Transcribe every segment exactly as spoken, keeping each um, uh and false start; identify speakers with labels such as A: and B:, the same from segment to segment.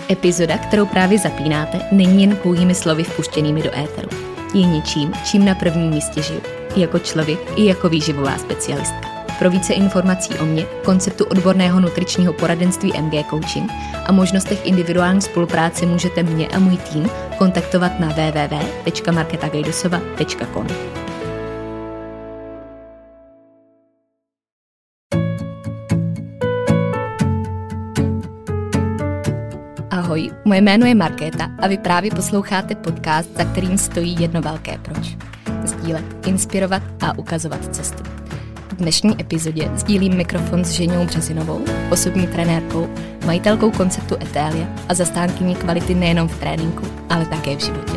A: Epizoda, kterou právě zapínáte, není jen pouhými slovy vpuštěnými do éteru. Je něčím, čím na prvním místě žiju. I jako člověk, i jako výživová specialistka. Pro více informací o mně, konceptu odborného nutričního poradenství M G Coaching a možnostech individuální spolupráce můžete mě a můj tým kontaktovat na w w w tečka markéta gajdosova tečka com. Ahoj, moje jméno je Markéta a vy právě posloucháte podcast, za kterým stojí jedno velké proč. Sdílet, inspirovat a ukazovat cestu. V dnešní epizodě sdílím mikrofon s Ženou Březinovou, osobní trenérkou, majitelkou konceptu Etelia a zastánkyní kvality nejenom v tréninku, ale také v životě.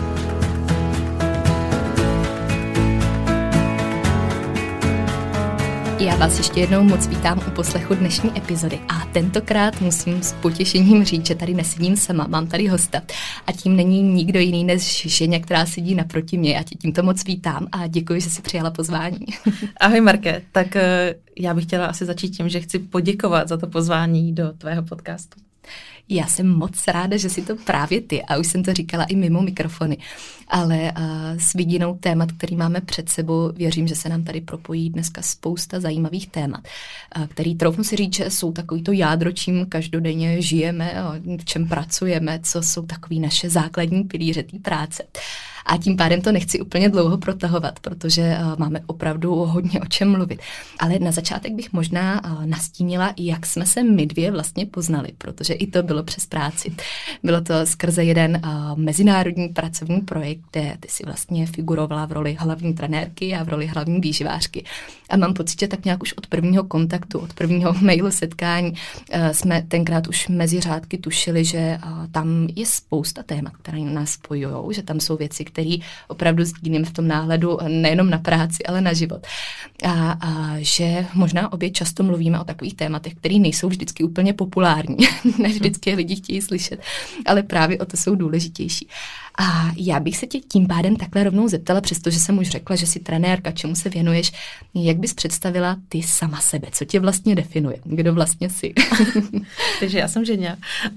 A: Já vás ještě jednou moc vítám u poslechu dnešní epizody a tentokrát musím s potěšením říct, že tady nesedím sama, mám tady hosta a tím není nikdo jiný než Ženě, která sedí naproti mě. Já tě tímto moc vítám a děkuji, že jsi přijala pozvání.
B: Ahoj Marké, tak já bych chtěla asi začít tím, že chci poděkovat za to pozvání do tvého podcastu.
A: Já jsem moc ráda, že jsi to právě ty a už jsem to říkala i mimo mikrofony, ale uh, s vidinou témat, který máme před sebou, věřím, že se nám tady propojí dneska spousta zajímavých témat, uh, který troufnu si říct, že jsou takový to jádro, čím každodenně žijeme, v čem pracujeme, co jsou takový naše základní pilíře té práce. A tím pádem to nechci úplně dlouho protahovat, protože uh, máme opravdu hodně o čem mluvit. Ale na začátek bych možná uh, nastínila, jak jsme se my dvě vlastně poznali, protože i to bylo přes práci. Bylo to skrze jeden uh, mezinárodní pracovní projekt, kde ty si vlastně figurovala v roli hlavní trenérky a v roli hlavní výživářky. A mám pocit, že tak nějak už od prvního kontaktu, od prvního mailu setkání uh, jsme tenkrát už mezi řádky tušili, že uh, tam je spousta témat, které nás spojujou, že tam jsou věci, které opravdu sdílím v tom náhledu nejenom na práci, ale na život. A, a že možná obě často mluvíme o takových tématech, které nejsou vždycky úplně populární, ne vždycky lidi chtějí slyšet, ale právě o to jsou důležitější. A já bych se tě tím pádem takhle rovnou zeptala, přestože jsem už řekla, že jsi trenérka, čemu se věnuješ, jak bys představila ty sama sebe, co tě vlastně definuje, kdo vlastně jsi?
B: Takže já jsem Ženě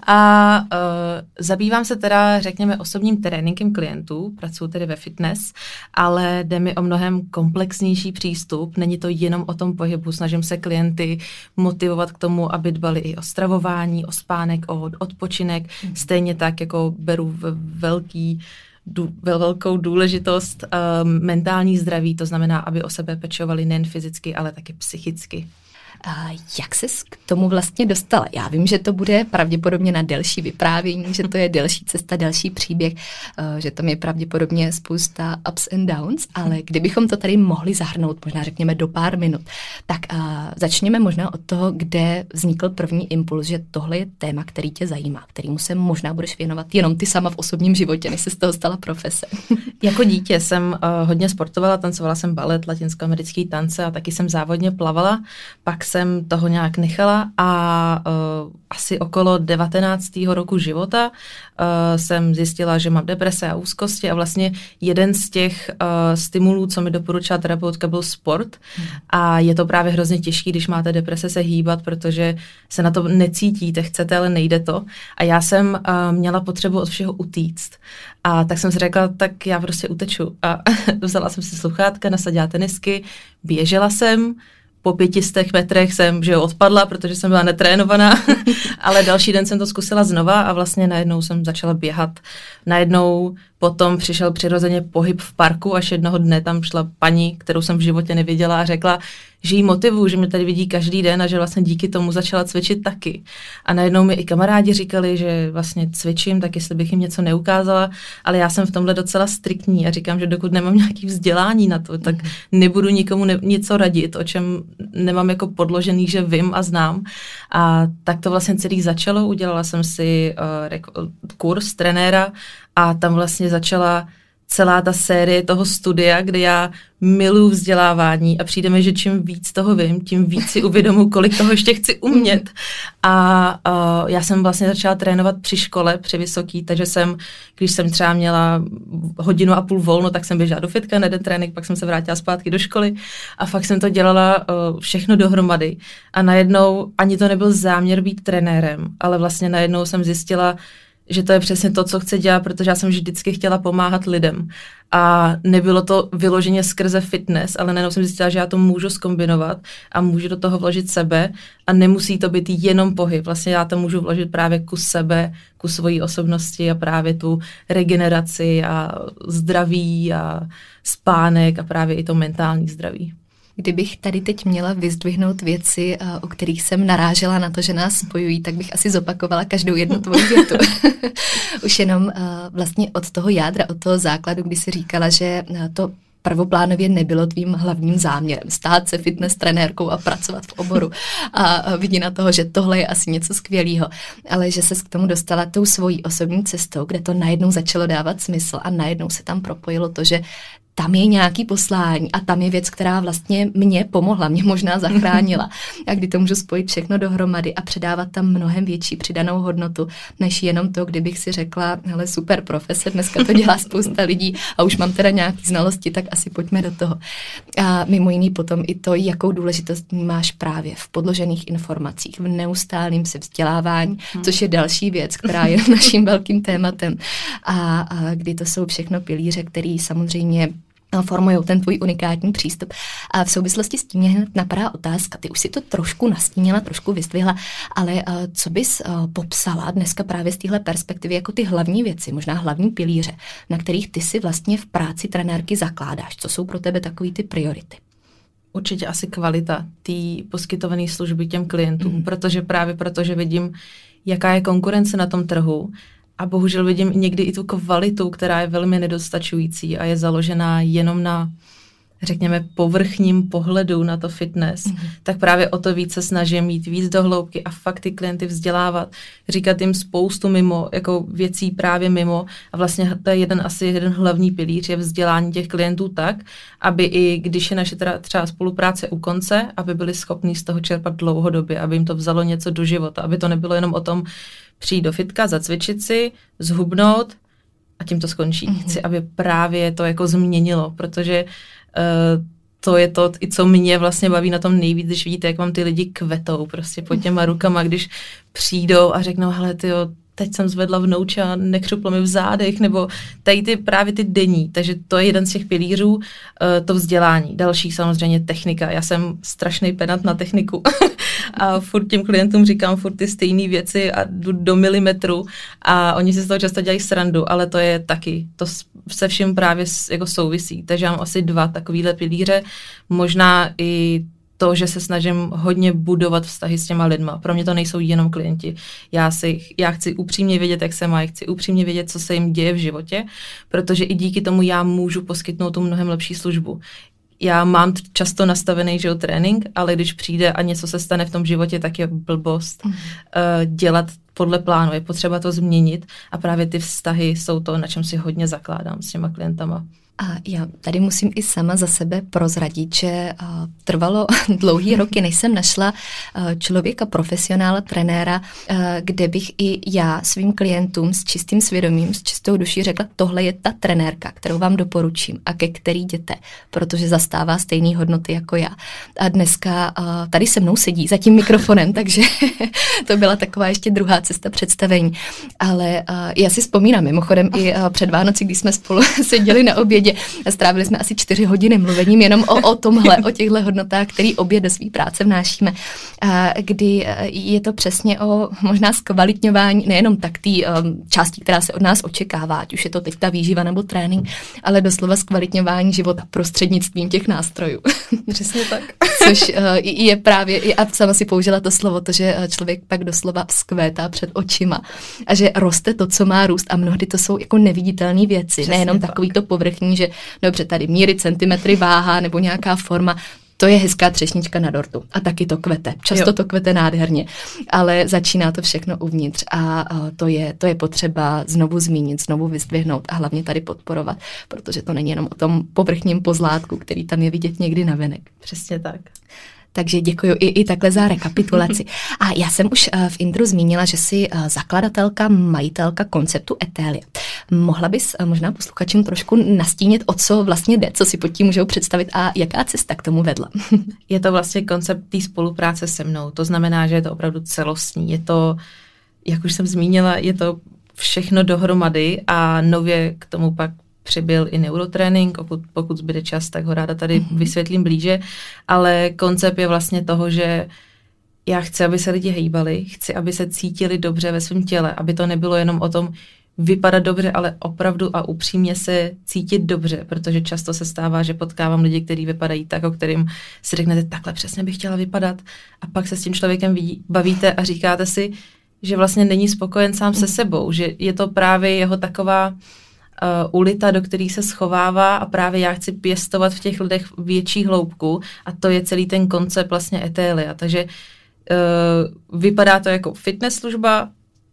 B: a uh, zabývám se teda, řekněme, osobním tréninkem klientů, pracuji tedy ve fitness, ale jde mi o mnohem komplexnější přístup, není to jenom o tom pohybu, snažím se klienty motivovat k tomu, aby dbali i o stravování, o spánek, o odpočinek, mm. stejně tak, jako beru velký Du, velkou důležitost um, mentální zdraví, to znamená, aby o sebe pečovali nejen fyzicky, ale taky psychicky.
A: A jak ses k tomu vlastně dostala? Já vím, že to bude pravděpodobně na delší vyprávění, že to je delší cesta, delší příběh, že tam je pravděpodobně spousta ups and downs, ale kdybychom to tady mohli zahrnout, možná řekněme do pár minut, tak začněme možná od toho, kde vznikl první impuls, že tohle je téma, který tě zajímá, kterému se možná budeš věnovat jenom ty sama v osobním životě, než se z toho stala profese.
B: Jako dítě jsem uh, hodně sportovala, tancovala jsem balet, latinskoamerický tance a taky jsem závodně plavala, pak jsem toho nějak nechala a uh, asi okolo devatenáctého roku života uh, jsem zjistila, že mám deprese a úzkosti a vlastně jeden z těch uh, stimulů, co mi doporučila terapeutka, byl sport hmm. a je to právě hrozně těžký, když máte deprese, se hýbat, protože se na to necítíte, chcete, ale nejde to a já jsem uh, měla potřebu od všeho utíct a tak jsem si řekla, tak já prostě uteču a vzala jsem si sluchátka, nasadila tenisky, běžela jsem, po pětistech metrech jsem, že jo, odpadla, protože jsem byla netrénovaná, ale další den jsem to zkusila znova a vlastně najednou jsem začala běhat. Najednou potom přišel přirozeně pohyb v parku, až jednoho dne tam šla paní, kterou jsem v životě neviděla a řekla, že jí motivuju, že mě tady vidí každý den a že vlastně díky tomu začala cvičit taky. A najednou mi i kamarádi říkali, že vlastně cvičím, tak jestli bych jim něco neukázala, ale já jsem v tomhle docela striktní a říkám, že dokud nemám nějaký vzdělání na to, tak nebudu nikomu ne- něco radit, o čem nemám jako podložený, že vím a znám. A tak to vlastně celý začalo, udělala jsem si uh, rek- kurz trenéra a tam vlastně začala celá ta série toho studia, kde já miluji vzdělávání a přijde mi, že čím víc toho vím, tím víc si uvědomuji, kolik toho ještě chci umět. A uh, já jsem vlastně začala trénovat při škole, při vysoký, takže jsem, když jsem třeba měla hodinu a půl volno, tak jsem běžela do fitka na jeden trénink, pak jsem se vrátila zpátky do školy a fakt jsem to dělala uh, všechno dohromady. A najednou ani to nebyl záměr být trenérem, ale vlastně najednou jsem zjistila, že to je přesně to, co chci dělat, protože já jsem vždycky chtěla pomáhat lidem. A nebylo to vyloženě skrze fitness, ale najednou jsem zjistila, že já to můžu zkombinovat a můžu do toho vložit sebe a nemusí to být jenom pohyb. Vlastně já to můžu vložit právě kus sebe, kus svojí osobnosti a právě tu regeneraci a zdraví a spánek a právě i to mentální zdraví.
A: Kdybych tady teď měla vyzdvihnout věci, o kterých jsem narážela na to, že nás spojují, tak bych asi zopakovala každou jednu tvoji větu. Už jenom vlastně od toho jádra, od toho základu, kdy jsi říkala, že to prvoplánově nebylo tvým hlavním záměrem stát se fitness trenérkou a pracovat v oboru a vidí na toho, že tohle je asi něco skvělého, ale že ses k tomu dostala tou svojí osobní cestou, kde to najednou začalo dávat smysl a najednou se tam propojilo to, že tam je nějaký poslání a tam je věc, která vlastně mě pomohla, mě možná zachránila. A kdy to můžu spojit všechno dohromady a předávat tam mnohem větší přidanou hodnotu, než jenom to, kdybych si řekla, hele, super profese, dneska to dělá spousta lidí a už mám teda nějaké znalosti, tak asi pojďme do toho. A mimo jiný potom i to, jakou důležitost máš právě v podložených informacích, v neustálém se vzdělávání, hmm. což je další věc, která je naším velkým tématem. A, a kdy to jsou všechno pilíře, který samozřejmě formují ten tvůj unikátní přístup. A v souvislosti s tím mě hned napadá otázka. Ty už si to trošku nastínila, trošku vyzdvihla, ale uh, co bys uh, popsala dneska právě z téhle perspektivy jako ty hlavní věci, možná hlavní pilíře, na kterých ty si vlastně v práci trenérky zakládáš? Co jsou pro tebe takový ty priority?
B: Určitě asi kvalita té poskytované služby těm klientům, mm. protože právě protože vidím, jaká je konkurence na tom trhu. A bohužel vidím někdy i tu kvalitu, která je velmi nedostačující a je založená jenom na, řekněme, povrchním pohledu na to fitness. Mm-hmm. Tak právě o to více snažím jít víc do hloubky a fakt ty klienty vzdělávat, říkat jim spoustu mimo, jako věcí právě mimo. A vlastně to je jeden asi jeden hlavní pilíř, je vzdělání těch klientů tak, aby i když je naše teda třeba spolupráce u konce, aby byli schopní z toho čerpat dlouhodobě, aby jim to vzalo něco do života, aby to nebylo jenom o tom, přijít do fitka, zacvičit si, zhubnout a tím to skončí. Mm-hmm. Chci, aby právě to jako změnilo, protože uh, to je to, i co mě vlastně baví na tom nejvíc, když vidíte, jak vám ty lidi kvetou prostě pod těma rukama, když přijdou a řeknou, hele tyjo, teď jsem zvedla vnouče a nekřuplo mi v zádech, nebo tady ty právě ty denní. Takže to je jeden z těch pilířů, uh, to vzdělání. Další samozřejmě technika. Já jsem strašný pedant na techniku a furt těm klientům říkám furt ty stejné věci a jdu do milimetru a oni si z toho často dělají srandu, ale to je taky, to se vším právě jako souvisí. Takže mám asi dva takovýhle pilíře, možná i to, že se snažím hodně budovat vztahy s těma lidma. Pro mě to nejsou jenom klienti. Já, si, já chci upřímně vědět, jak se mají, chci upřímně vědět, co se jim děje v životě, protože i díky tomu já můžu poskytnout tu mnohem lepší službu. Já mám často nastavený že, trénink, ale když přijde a něco se stane v tom životě, tak je blbost mm. uh, dělat podle plánu. Je potřeba to změnit a právě ty vztahy jsou to, na čem si hodně zakládám s těma klientama.
A: A já tady musím i sama za sebe prozradit, že uh, trvalo dlouhý roky, než jsem našla uh, člověka, profesionála, trenéra, uh, kde bych i já svým klientům s čistým svědomím, s čistou duší řekla, tohle je ta trenérka, kterou vám doporučím a ke který jděte, protože zastává stejné hodnoty jako já. A dneska uh, tady se mnou sedí za tím mikrofonem, takže to byla taková ještě druhá cesta představení. Ale uh, já si vzpomínám mimochodem i uh, před Vánoci, když jsme spolu seděli na obědě, strávili jsme asi čtyři hodiny mluvením jenom o, o tomhle, o těchto hodnotách, který obě do své práce vnášíme. A kdy je to přesně o možná zkvalitňování, nejenom tak té um, části, která se od nás očekává, ať už je to teď ta výživa nebo trénink, ale doslova zkvalitňování života prostřednictvím těch nástrojů.
B: Přesně tak.
A: Což uh, je právě, a sama si použila to slovo, to, že člověk pak doslova vzkvétá před očima a že roste to, co má růst a mnohdy to jsou jako neviditelné věci, přesně nejenom tak. Takový to povrchní, že dobře, tady míry, centimetry, váha nebo nějaká forma, to je hezká třešnička na dortu a taky to kvete. Často jo. to kvete nádherně, ale začíná to všechno uvnitř a to je, to je potřeba znovu zmínit, znovu vyzdvihnout a hlavně tady podporovat, protože to není jenom o tom povrchním pozlátku, který tam je vidět někdy navenek.
B: Přesně tak.
A: Takže děkuji i, i takhle za rekapitulaci. A já jsem už uh, v intru zmínila, že jsi uh, zakladatelka, majitelka konceptu Etelia. Mohla bys uh, možná posluchačům trošku nastínit, o co vlastně jde, co si pod tím můžou představit a jaká cesta k tomu vedla?
B: Je to vlastně koncept té spolupráce se mnou. To znamená, že je to opravdu celostní. Je to, jak už jsem zmínila, je to všechno dohromady a nově k tomu pak přibyl i neurotrénink, pokud, pokud zbyde čas, tak ho ráda tady mm-hmm. vysvětlím blíže, ale koncept je vlastně toho, že já chci, aby se lidi hejbali, chci, aby se cítili dobře ve svém těle, aby to nebylo jenom o tom vypadat dobře, ale opravdu a upřímně se cítit dobře, protože často se stává, že potkávám lidi, kteří vypadají tak, o kterým si řeknete, takhle přesně bych chtěla vypadat a pak se s tím člověkem bavíte a říkáte si, že vlastně není spokojen sám se sebou, že je to právě jeho taková uh, ulita, do který se schovává a právě já chci pěstovat v těch lidech větší hloubku a to je celý ten koncept vlastně Etelia. Takže uh, vypadá to jako fitness služba,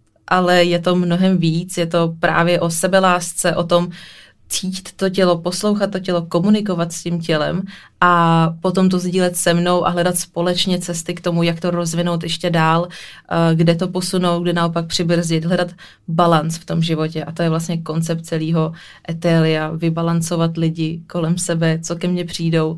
B: ale je to mnohem víc, je to právě o sebelásce, o tom cítit to tělo, poslouchat to tělo, komunikovat s tím tělem a potom to sdílet se mnou a hledat společně cesty k tomu, jak to rozvinout ještě dál, kde to posunout, kde naopak přibrzdit, hledat balans v tom životě a to je vlastně koncept celého Etelia, vybalancovat lidi kolem sebe, co ke mně přijdou,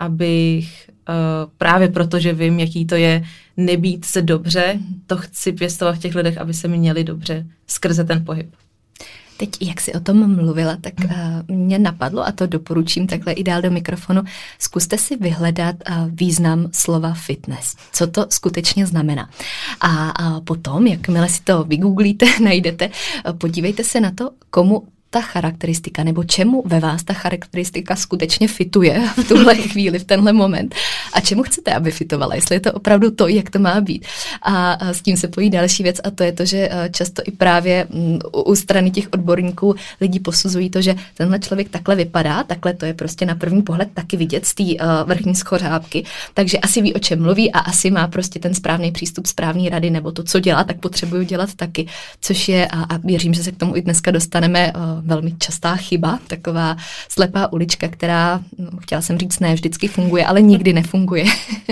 B: abych právě proto, že vím, jaký to je nebýt se dobře, to chci pěstovat v těch lidech, aby se měli dobře skrze ten pohyb.
A: Teď, jak jsi o tom mluvila, tak uh, mě napadlo, a to doporučím takhle i dál do mikrofonu, zkuste si vyhledat uh, význam slova fitness. Co to skutečně znamená. A, a potom, jakmile si to vygooglíte, najdete, uh, podívejte se na to, komu ta charakteristika, nebo čemu ve vás ta charakteristika skutečně fituje v tuhle chvíli, v tenhle moment a čemu chcete, aby fitovala, jestli je to opravdu to, jak to má být. A, a s tím se pojí další věc a to je to, že často i právě u, u strany těch odborníků lidi posuzují to, že tenhle člověk takhle vypadá, takhle to je prostě na první pohled taky vidět z té uh, vrchní schořápky, takže asi ví, o čem mluví a asi má prostě ten správný přístup, správný rady, nebo to, co dělá, tak potřebuju dělat taky, což je, a, a věřím, že se k tomu i dneska dostaneme, uh, velmi častá chyba, taková slepá ulička, která, no, chtěla jsem říct, ne vždycky funguje, ale nikdy nefunguje.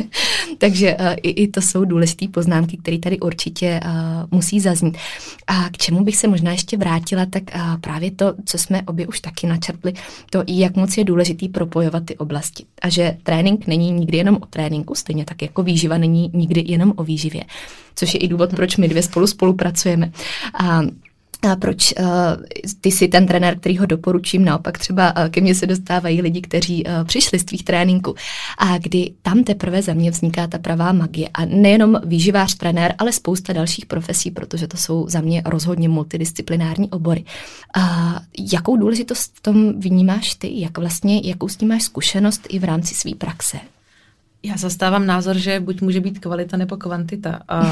A: Takže uh, i, i to jsou důležité poznámky, které tady určitě uh, musí zaznít. A k čemu bych se možná ještě vrátila, tak uh, právě to, co jsme obě už taky načrtli, to, jak moc je důležitý propojovat ty oblasti. A že trénink není nikdy jenom o tréninku, stejně tak jako výživa není nikdy jenom o výživě. Což je i důvod, proč my dvě spolu spolupracujeme. A A proč uh, ty jsi ten trenér, který ho doporučím, naopak třeba uh, ke mně se dostávají lidi, kteří uh, přišli z tvých tréninků a kdy tam teprve za mě vzniká ta pravá magie a nejenom výživář, trenér, ale spousta dalších profesí, protože to jsou za mě rozhodně multidisciplinární obory. Uh, jakou důležitost v tom vnímáš ty? Jak vlastně, jakou s tím máš zkušenost i v rámci své praxe?
B: Já zastávám názor, že buď může být kvalita nebo kvantita. A,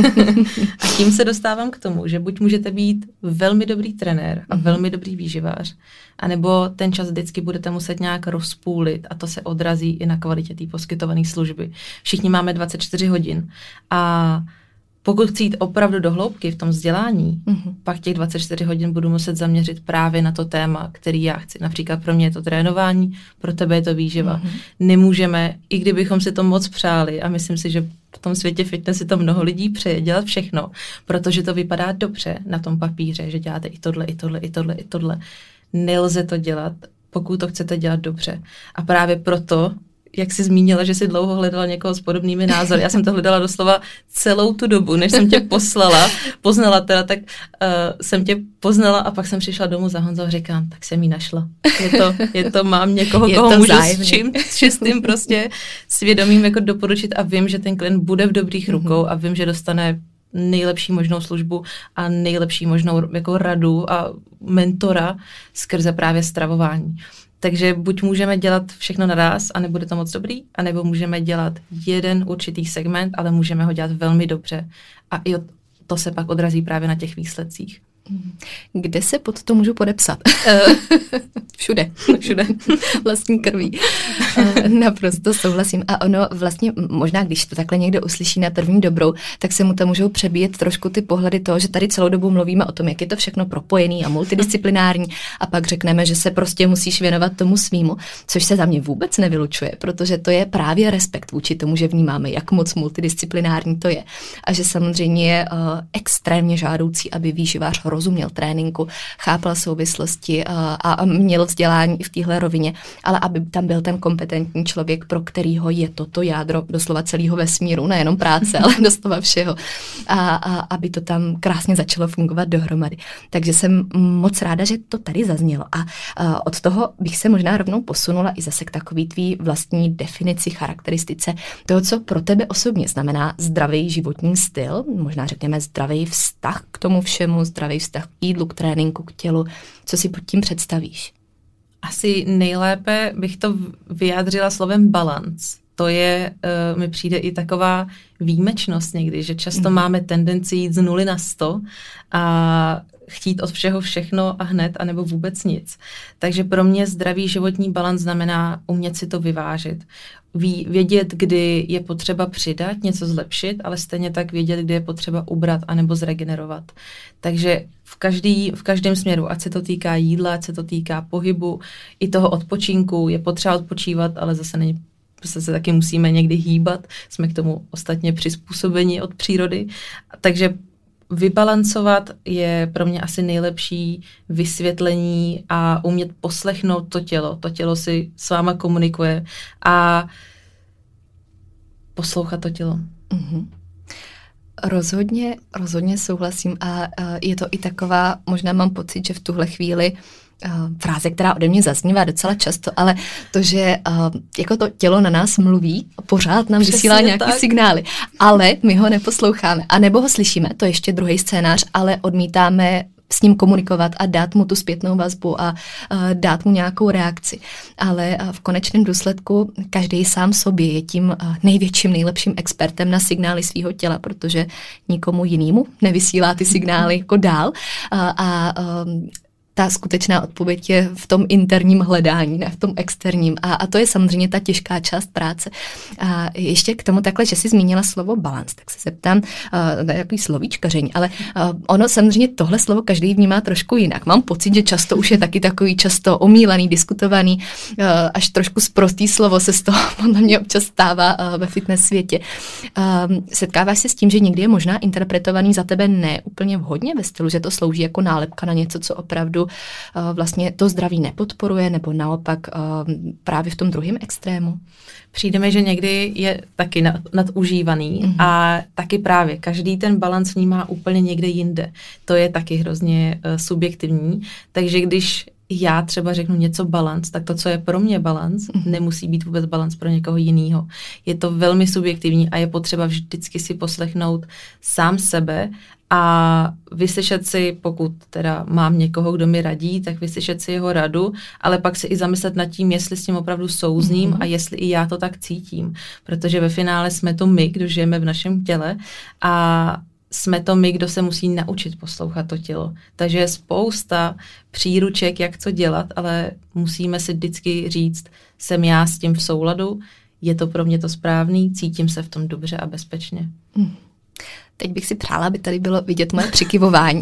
B: a tím se dostávám k tomu, že buď můžete být velmi dobrý trenér a velmi dobrý výživář, anebo ten čas vždycky budete muset nějak rozpůlit a to se odrazí i na kvalitě té poskytované služby. Všichni máme dvacet čtyři hodin a pokud chci jít opravdu do hloubky v tom vzdělání, mm-hmm. pak těch dvacet čtyři hodin budu muset zaměřit právě na to téma, který já chci. Například pro mě je to trénování, pro tebe je to výživa. Mm-hmm. Nemůžeme, i kdybychom si to moc přáli, a myslím si, že v tom světě fitness si to mnoho lidí přeje dělat všechno, protože to vypadá dobře na tom papíře, že děláte i tohle, i tohle, i tohle, i tohle. Nelze to dělat, pokud to chcete dělat dobře. A právě proto, jak jsi zmínila, že jsi dlouho hledala někoho s podobnými názory. Já jsem to hledala doslova celou tu dobu, než jsem tě poslala, poznala teda, tak uh, jsem tě poznala a pak jsem přišla domů za Honzou a říkám, tak jsem ji našla. Je to, je to mám někoho, je koho můžu s čím, s čistým prostě svědomím jako doporučit a vím, že ten klient bude v dobrých rukou mm-hmm. a vím, že dostane nejlepší možnou službu a nejlepší možnou jako radu a mentora skrze právě stravování. Takže buď můžeme dělat všechno naraz a nebude to moc dobrý, anebo můžeme dělat jeden určitý segment, ale můžeme ho dělat velmi dobře. A i to se pak odrazí právě na těch výsledcích.
A: Kde se pod to můžu podepsat? Všude. Všude. Vlastní krví. Naprosto souhlasím. A ono vlastně možná, když to takhle někdo uslyší na první dobrou, tak se mu tam můžou přebíjet trošku ty pohledy toho, že tady celou dobu mluvíme o tom, jak je to všechno propojený a multidisciplinární a pak řekneme, že se prostě musíš věnovat tomu svýmu, což se za mě vůbec nevylučuje, protože to je právě respekt vůči tomu, že vnímáme, jak moc multidisciplinární to je. A že samozřejmě je uh, extrémně žádoucí, aby výživář rozuměl tréninku, chápal souvislosti a, a měl vzdělání i v téhle rovině, ale aby tam byl ten kompetentní člověk, pro kterýho je toto jádro doslova celého vesmíru, nejenom práce, ale doslova všeho. A, a aby to tam krásně začalo fungovat dohromady. Takže jsem moc ráda, že to tady zaznělo. A, a od toho bych se možná rovnou posunula i zase k takový tvý vlastní definici, charakteristice toho, co pro tebe osobně znamená zdravý životní styl, možná řekněme zdravý vztah k tomu všemu, zdravý vztah k jídlu, k tréninku, k tělu. Co si pod tím představíš?
B: Asi nejlépe bych to vyjádřila slovem balans. To je, uh, mi přijde i taková výjimečnost někdy, že často mm. máme tendenci jít z nuly na sto a chtít od všeho všechno a hned, anebo vůbec nic. Takže pro mě zdravý životní balans znamená umět si to vyvážit. Ví, vědět, kdy je potřeba přidat, něco zlepšit, ale stejně tak vědět, kdy je potřeba ubrat anebo zregenerovat. Takže v, každý, v každém směru, ať se to týká jídla, ať se to týká pohybu, i toho odpočinku, je potřeba odpočívat, ale zase není se, se taky musíme někdy hýbat, jsme k tomu ostatně přizpůsobeni od přírody. Takže vybalancovat je pro mě asi nejlepší vysvětlení a umět poslechnout to tělo. To tělo si s váma komunikuje a poslouchat to tělo.
A: Mm-hmm. Rozhodně, rozhodně souhlasím a, a je to i taková, možná mám pocit, že v tuhle chvíli Uh, fráze, která ode mě zaznívá docela často, ale to, že uh, jako to tělo na nás mluví, pořád nám
B: Přesně
A: vysílá nějaké
B: tak.
A: signály, ale my ho neposloucháme. A nebo ho slyšíme, to je ještě druhý scénář, ale odmítáme s ním komunikovat a dát mu tu zpětnou vazbu a uh, dát mu nějakou reakci. Ale uh, v konečném důsledku každý sám sobě je tím uh, největším, nejlepším expertem na signály svého těla, protože nikomu jinému nevysílá ty signály jako dál. Uh, a um, ta skutečná odpověď je v tom interním hledání, ne v tom externím. A, a to je samozřejmě ta těžká část práce. A ještě k tomu takhle, že jsi zmínila slovo balans, tak se zeptám, uh, jaký slovíčkaření, ale uh, ono samozřejmě tohle slovo každý vnímá trošku jinak. Mám pocit, že často už je taky takový často omílaný, diskutovaný, uh, až trošku sprostý slovo se z toho podle mě občas stává uh, ve fitness světě. Uh, setkáváš se s tím, že někdy je možná interpretovaný za tebe ne úplně vhodně ve stylu, že to slouží jako nálepka na něco, co opravdu vlastně to zdraví nepodporuje, nebo naopak právě v tom druhém extrému?
B: Přijde mi, že někdy je taky nadužívaný mm-hmm. a taky právě každý ten balans vnímá úplně někde jinde. To je taky hrozně uh, subjektivní, takže když já třeba řeknu něco balans, tak to, co je pro mě balans, mm-hmm. nemusí být vůbec balans pro někoho jiného. Je to velmi subjektivní a je potřeba vždycky si poslechnout sám sebe a vyslyšet si, pokud teda mám někoho, kdo mi radí, tak vyslyšet si jeho radu, ale pak si i zamyslet nad tím, jestli s ním opravdu souzním mm-hmm. a jestli i já to tak cítím. Protože ve finále jsme to my, kdo žijeme v našem těle a jsme to my, kdo se musí naučit poslouchat to tělo. Takže je spousta příruček, jak co dělat, ale musíme si vždycky říct, jsem já s tím v souladu, je to pro mě to správný, cítím se v tom dobře a bezpečně. Mm.
A: Teď bych si přála, aby tady bylo vidět moje přikyvování.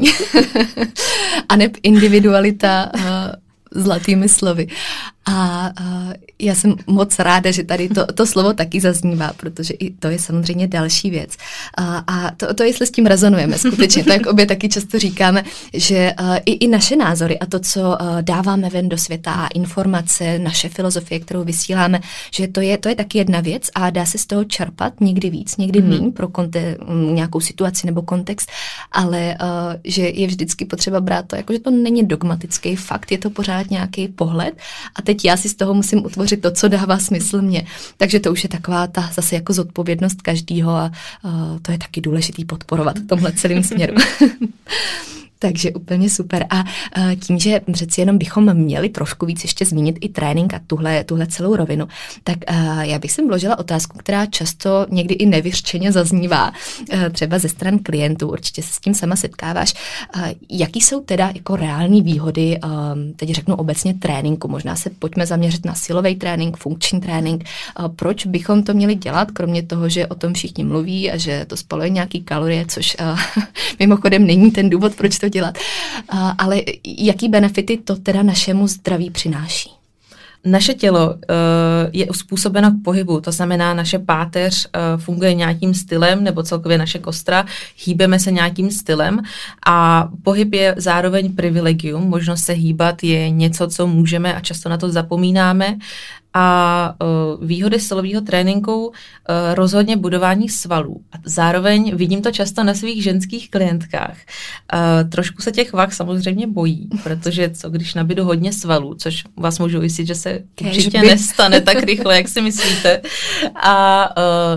A: A ne individualita uh, zlatými slovy. A uh, já jsem moc ráda, že tady to, to slovo taky zaznívá, protože i to je samozřejmě další věc. Uh, a to, to jestli s tím rezonujeme skutečně, tak obě taky často říkáme, že uh, i, i naše názory a to, co uh, dáváme ven do světa a informace, naše filozofie, kterou vysíláme, že to je, to je taky jedna věc a dá se z toho čerpat někdy víc, někdy mm. míň pro konte, nějakou situaci nebo kontext, ale uh, že je vždycky potřeba brát to, jako že to není dogmatický fakt, je to pořád nějaký pohled a teď já si z toho musím utvořit to, co dává smysl mně. Takže to už je taková ta zase jako zodpovědnost každýho a uh, to je taky důležitý podporovat v tomhle celém směru. Takže úplně super. A uh, tím, že přeci jenom bychom měli trošku víc ještě zmínit i trénink a tuhle, tuhle celou rovinu, tak uh, já bych sem vložila otázku, která často někdy i nevyřčeně zaznívá, uh, třeba ze stran klientů, určitě se s tím sama setkáváš. Uh, jaký jsou teda jako reální výhody, uh, teď řeknu obecně tréninku, možná se pojďme zaměřit na silový trénink, funkční trénink. Uh, proč bychom to měli dělat, kromě toho, že o tom všichni mluví a že to spaluje nějaký kalorie, což uh, mimochodem není ten důvod, proč to dělat. Uh, ale jaký benefity to teda našemu zdraví přináší?
B: naše tělo uh, je uspůsobeno k pohybu, to znamená, naše páteř uh, funguje nějakým stylem, nebo celkově naše kostra, hýbeme se nějakým stylem a pohyb je zároveň privilegium, možnost se hýbat je něco, co můžeme a často na to zapomínáme. A uh, výhody silového tréninku uh, rozhodně budování svalů. A zároveň vidím to často na svých ženských klientkách. Uh, trošku se těch vah samozřejmě bojí, protože co když nabydu hodně svalů, což vás můžu ujistit, že se Kež určitě by. nestane tak rychle, jak si myslíte. A uh,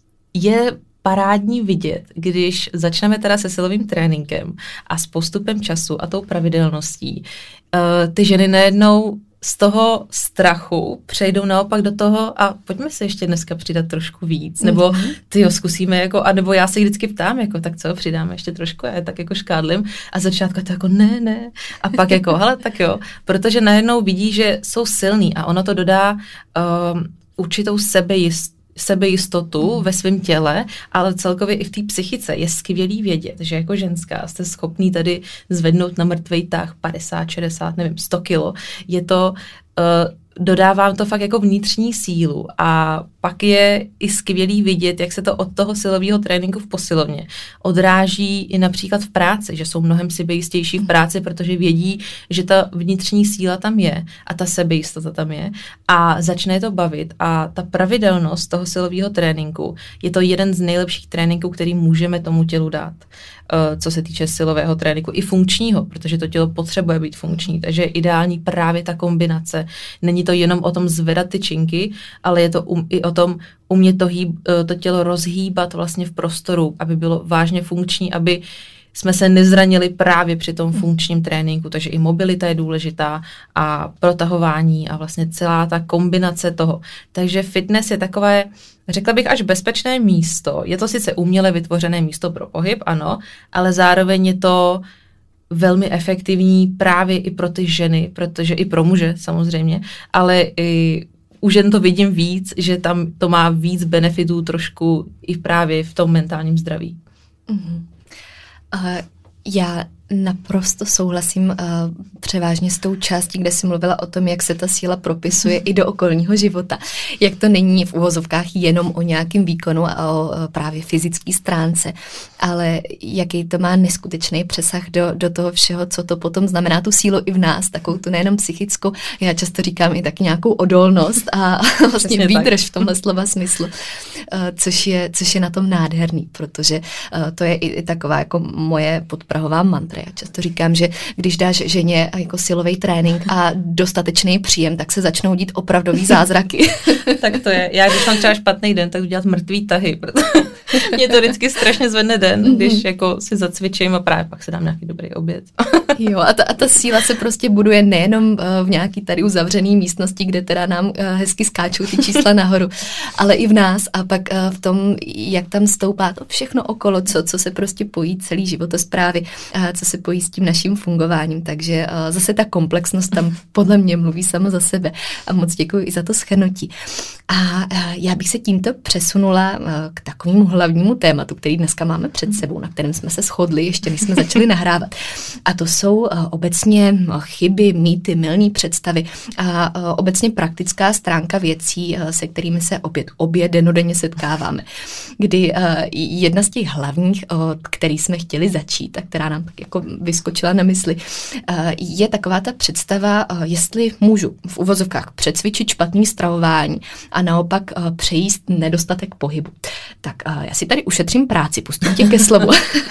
B: je parádní vidět, když začneme teda se silovým tréninkem a s postupem času a tou pravidelností, uh, ty ženy najednou z toho strachu přejdou naopak do toho a pojďme se ještě dneska přidat trošku víc, nebo ty jo, zkusíme jako, a nebo já se vždycky ptám, jako tak co, přidáme ještě trošku, já tak jako škádlim a začátku to jako ne, ne a pak jako, hele, tak jo, protože najednou vidí, že jsou silný a ono to dodá um, určitou sebejistotu, sebejistotu ve svém těle, ale celkově i v té psychice je skvělý vědět, že jako ženská jste schopný tady zvednout na mrtvej tah padesát, šedesát, nevím, sto kilo. Je to, uh, dodávám to fakt jako vnitřní sílu a pak je i skvělý vidět, jak se to od toho silového tréninku v posilovně odráží i například v práci, že jsou mnohem sebejistější v práci, protože vědí, že ta vnitřní síla tam je a ta sebejistota tam je a začne je to bavit a ta pravidelnost toho silového tréninku je to jeden z nejlepších tréninků, který můžeme tomu tělu dát, co se týče silového tréninku i funkčního, protože to tělo potřebuje být funkční, takže je ideální právě ta kombinace. Není to jenom o tom zvedat ty činky, ale je to um, i o tom umět to, hýb, to tělo rozhýbat vlastně v prostoru, aby bylo vážně funkční, aby jsme se nezranili právě při tom funkčním tréninku, takže i mobilita je důležitá a protahování a vlastně celá ta kombinace toho. Takže fitness je takové, řekla bych, až bezpečné místo. Je to sice uměle vytvořené místo pro pohyb, ano, ale zároveň je to velmi efektivní právě i pro ty ženy, protože i pro muže samozřejmě, ale i u žen to vidím víc, že tam to má víc benefitů trošku i právě v tom mentálním zdraví.
A: Mm-hmm. Uh, já naprosto souhlasím uh, převážně s tou částí, kde jsi mluvila o tom, jak se ta síla propisuje i do okolního života. Jak to není v uvozovkách jenom o nějakém výkonu a o uh, právě fyzické stránce, ale jaký to má neskutečný přesah do, do toho všeho, co to potom znamená tu sílu i v nás, takovou tu nejenom psychickou, já často říkám i tak nějakou odolnost a vlastně výdrž v tomhle slova smyslu, uh, což, je, což je na tom nádherný, protože uh, to je i, i taková jako moje podprahová mantra. Já často říkám, že když dáš ženě jako silový trénink a dostatečný příjem, tak se začnou dít opravdový zázraky.
B: Tak to je. Já když mám třeba špatný den, tak dělat mrtvý tahy, protože mě to vždycky strašně zvedne den, když jako si zacvičím a právě pak se dám nějaký dobrý oběd.
A: Jo, a ta, a ta síla se prostě buduje nejenom v nějaký tady uzavřený místnosti, kde teda nám hezky skáčou ty čísla nahoru, ale i v nás a pak v tom, jak tam stoupá to všechno okolo, co, co se prostě pojí celý životosprávy, co se pojí s tím naším fungováním. Takže zase ta komplexnost tam podle mě mluví sama za sebe. A moc děkuji i za to shrnutí. A já bych se tímto přesunula k takovému hlavnímu tématu, který dneska máme před sebou, na kterém jsme se shodli, ještě než jsme začali nahrávat. A to jsou obecně chyby, mýty, mylné představy a obecně praktická stránka věcí, se kterými se opět obě denodenně setkáváme. Kdy jedna z těch hlavních, který jsme chtěli začít a která nám tak jako vyskočila na mysli, je taková ta představa, jestli můžu v uvozovkách přecvičit špatný stravování a naopak přejíst nedostatek pohybu. Tak já si tady ušetřím práci, pustím tě ke slovu.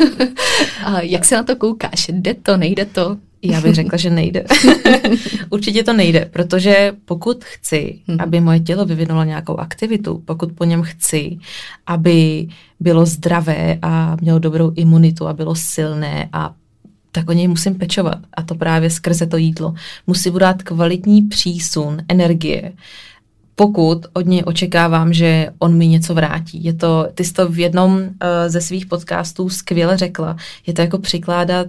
A: Jak se na to koukáš? Jde to, nejde to?
B: Já bych řekla, že nejde. Určitě to nejde, protože pokud chci, aby moje tělo vyvinulo nějakou aktivitu, pokud po něm chci, aby bylo zdravé a mělo dobrou imunitu a bylo silné a tak o něj musím pečovat. A to právě skrze to jídlo. Musím dát kvalitní přísun energie, pokud od něj očekávám, že on mi něco vrátí. Je to, ty jsi to v jednom uh, ze svých podcastů skvěle řekla. Je to jako přikládat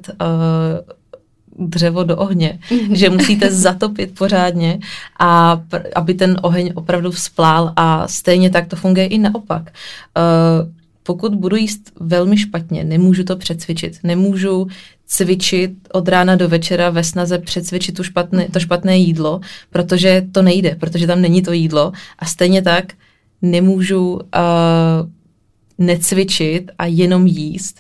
B: uh, dřevo do ohně, že musíte zatopit pořádně, a pr- aby ten oheň opravdu vzplál a stejně tak to funguje i naopak. Uh, pokud budu jíst velmi špatně, nemůžu to přecvičit, nemůžu cvičit od rána do večera ve snaze přecvičit tu špatné, to špatné jídlo, protože to nejde, protože tam není to jídlo a stejně tak nemůžu uh, necvičit a jenom jíst.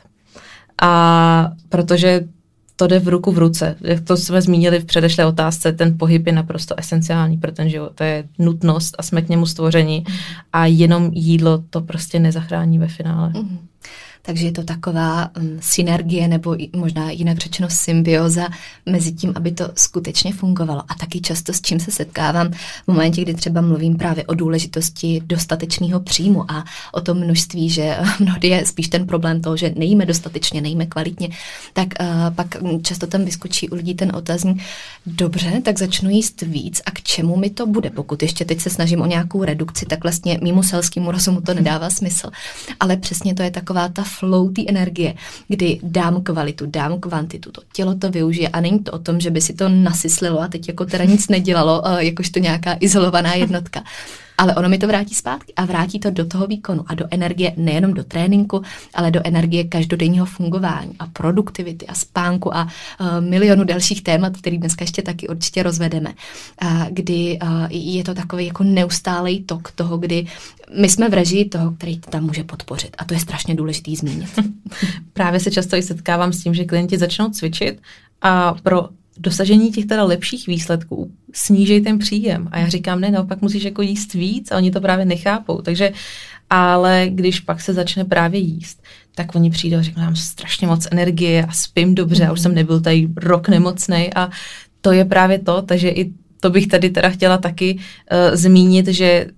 B: A protože to jde v ruku v ruce. Jak to jsme zmínili v předešlé otázce, ten pohyb je naprosto esenciální pro ten život. To je nutnost a jsme k němu stvoření a jenom jídlo to prostě nezachrání ve finále. Mm.
A: Takže je to taková um, synergie nebo možná jinak řečeno symbioza mezi tím, aby to skutečně fungovalo. A taky často s čím se setkávám v momentě, kdy třeba mluvím právě o důležitosti dostatečného příjmu a o tom množství, že mnohdy je spíš ten problém toho, že nejíme dostatečně, nejíme kvalitně, tak uh, pak často tam vyskočí u lidí ten otazník, dobře, tak začnu jíst víc a k čemu mi to bude? Pokud ještě teď se snažím o nějakou redukci, tak vlastně mému selskému rozumu to nedává smysl. Ale přesně to je taková ta flow té energie, kdy dám kvalitu, dám kvantitu, to tělo to využije a není to o tom, že by si to nasyslilo a teď jako teda nic nedělalo, jakožto nějaká izolovaná jednotka. Ale ono mi to vrátí zpátky a vrátí to do toho výkonu a do energie, nejenom do tréninku, ale do energie každodenního fungování a produktivity a spánku a uh, milionu dalších témat, který dneska ještě taky určitě rozvedeme. Uh, kdy uh, je to takový jako neustálej tok toho, kdy my jsme v režii toho, který to tam může podpořit. A to je strašně důležitý zmínit.
B: Právě se často i setkávám s tím, že klienti začnou cvičit a pro dosažení těch teda lepších výsledků snížej ten příjem. A já říkám, ne, naopak musíš jako jíst víc a oni to právě nechápou. Takže, ale když pak se začne právě jíst, tak oni přijdou a řeknou, mám strašně moc energie a spím dobře mm. a už jsem nebyl tady rok nemocnej a to je právě to, takže i to bych tady teda chtěla taky uh, zmínit, že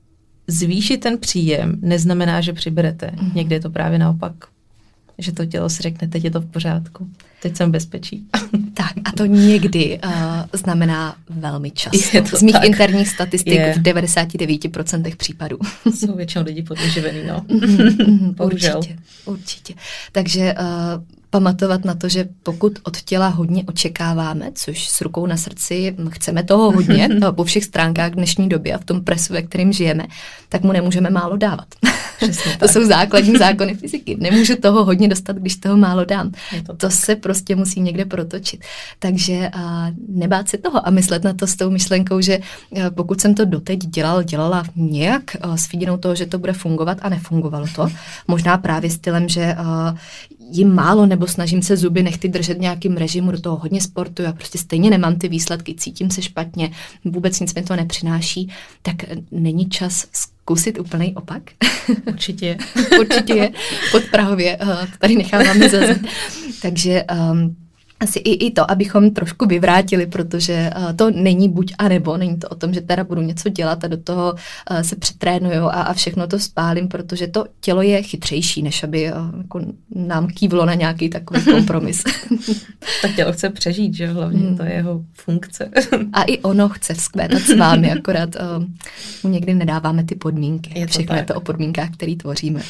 B: zvýšit ten příjem neznamená, že přiberete. Mm. Někde je to právě naopak, že to tělo si řekne, teď je to v pořádku, teď jsem v bezpečí.
A: Tak a to někdy uh, znamená velmi často. Z mých tak. interních statistik je. V devadesát devět procent případů.
B: Jsou většinou lidi podvyživený, no.
A: Určitě, určitě. Takže uh, pamatovat na to, že pokud od těla hodně očekáváme, což s rukou na srdci chceme toho hodně po všech stránkách dnešní doby a v tom presu, ve kterém žijeme, tak mu nemůžeme málo dávat. Přesně to tak. Jsou základní zákony fyziky. Nemůžu toho hodně dostat, když toho málo dám. To, to se prostě musí někde protočit. Takže a nebát se toho a myslet na to s tou myšlenkou, že pokud jsem to doteď dělal, dělala nějak s vidinou toho, že to bude fungovat a nefungovalo to, možná právě stylem, že jim málo nebo snažím se zuby nechty držet nějakým režimu, do toho hodně sportu, já prostě stejně nemám ty výsledky, cítím se špatně, vůbec nic mi to nepřináší, tak není čas zkusit úplný opak?
B: Určitě.
A: Určitě je. Podprahově. Uh, tady necháváme zaznít. Takže um, asi i, i to, abychom trošku vyvrátili, protože uh, to není buď a nebo, není to o tom, že teda budu něco dělat a do toho uh, se přetrénuju a, a všechno to spálím, protože to tělo je chytřejší, než aby uh, jako nám kývlo na nějaký takový kompromis.
B: Tak tělo chce přežít, že hlavně hmm. to je jeho funkce.
A: A i ono chce vzkvétat s vámi, akorát uh, mu někdy nedáváme ty podmínky. Je všechno tak. Je to o podmínkách, které tvoříme.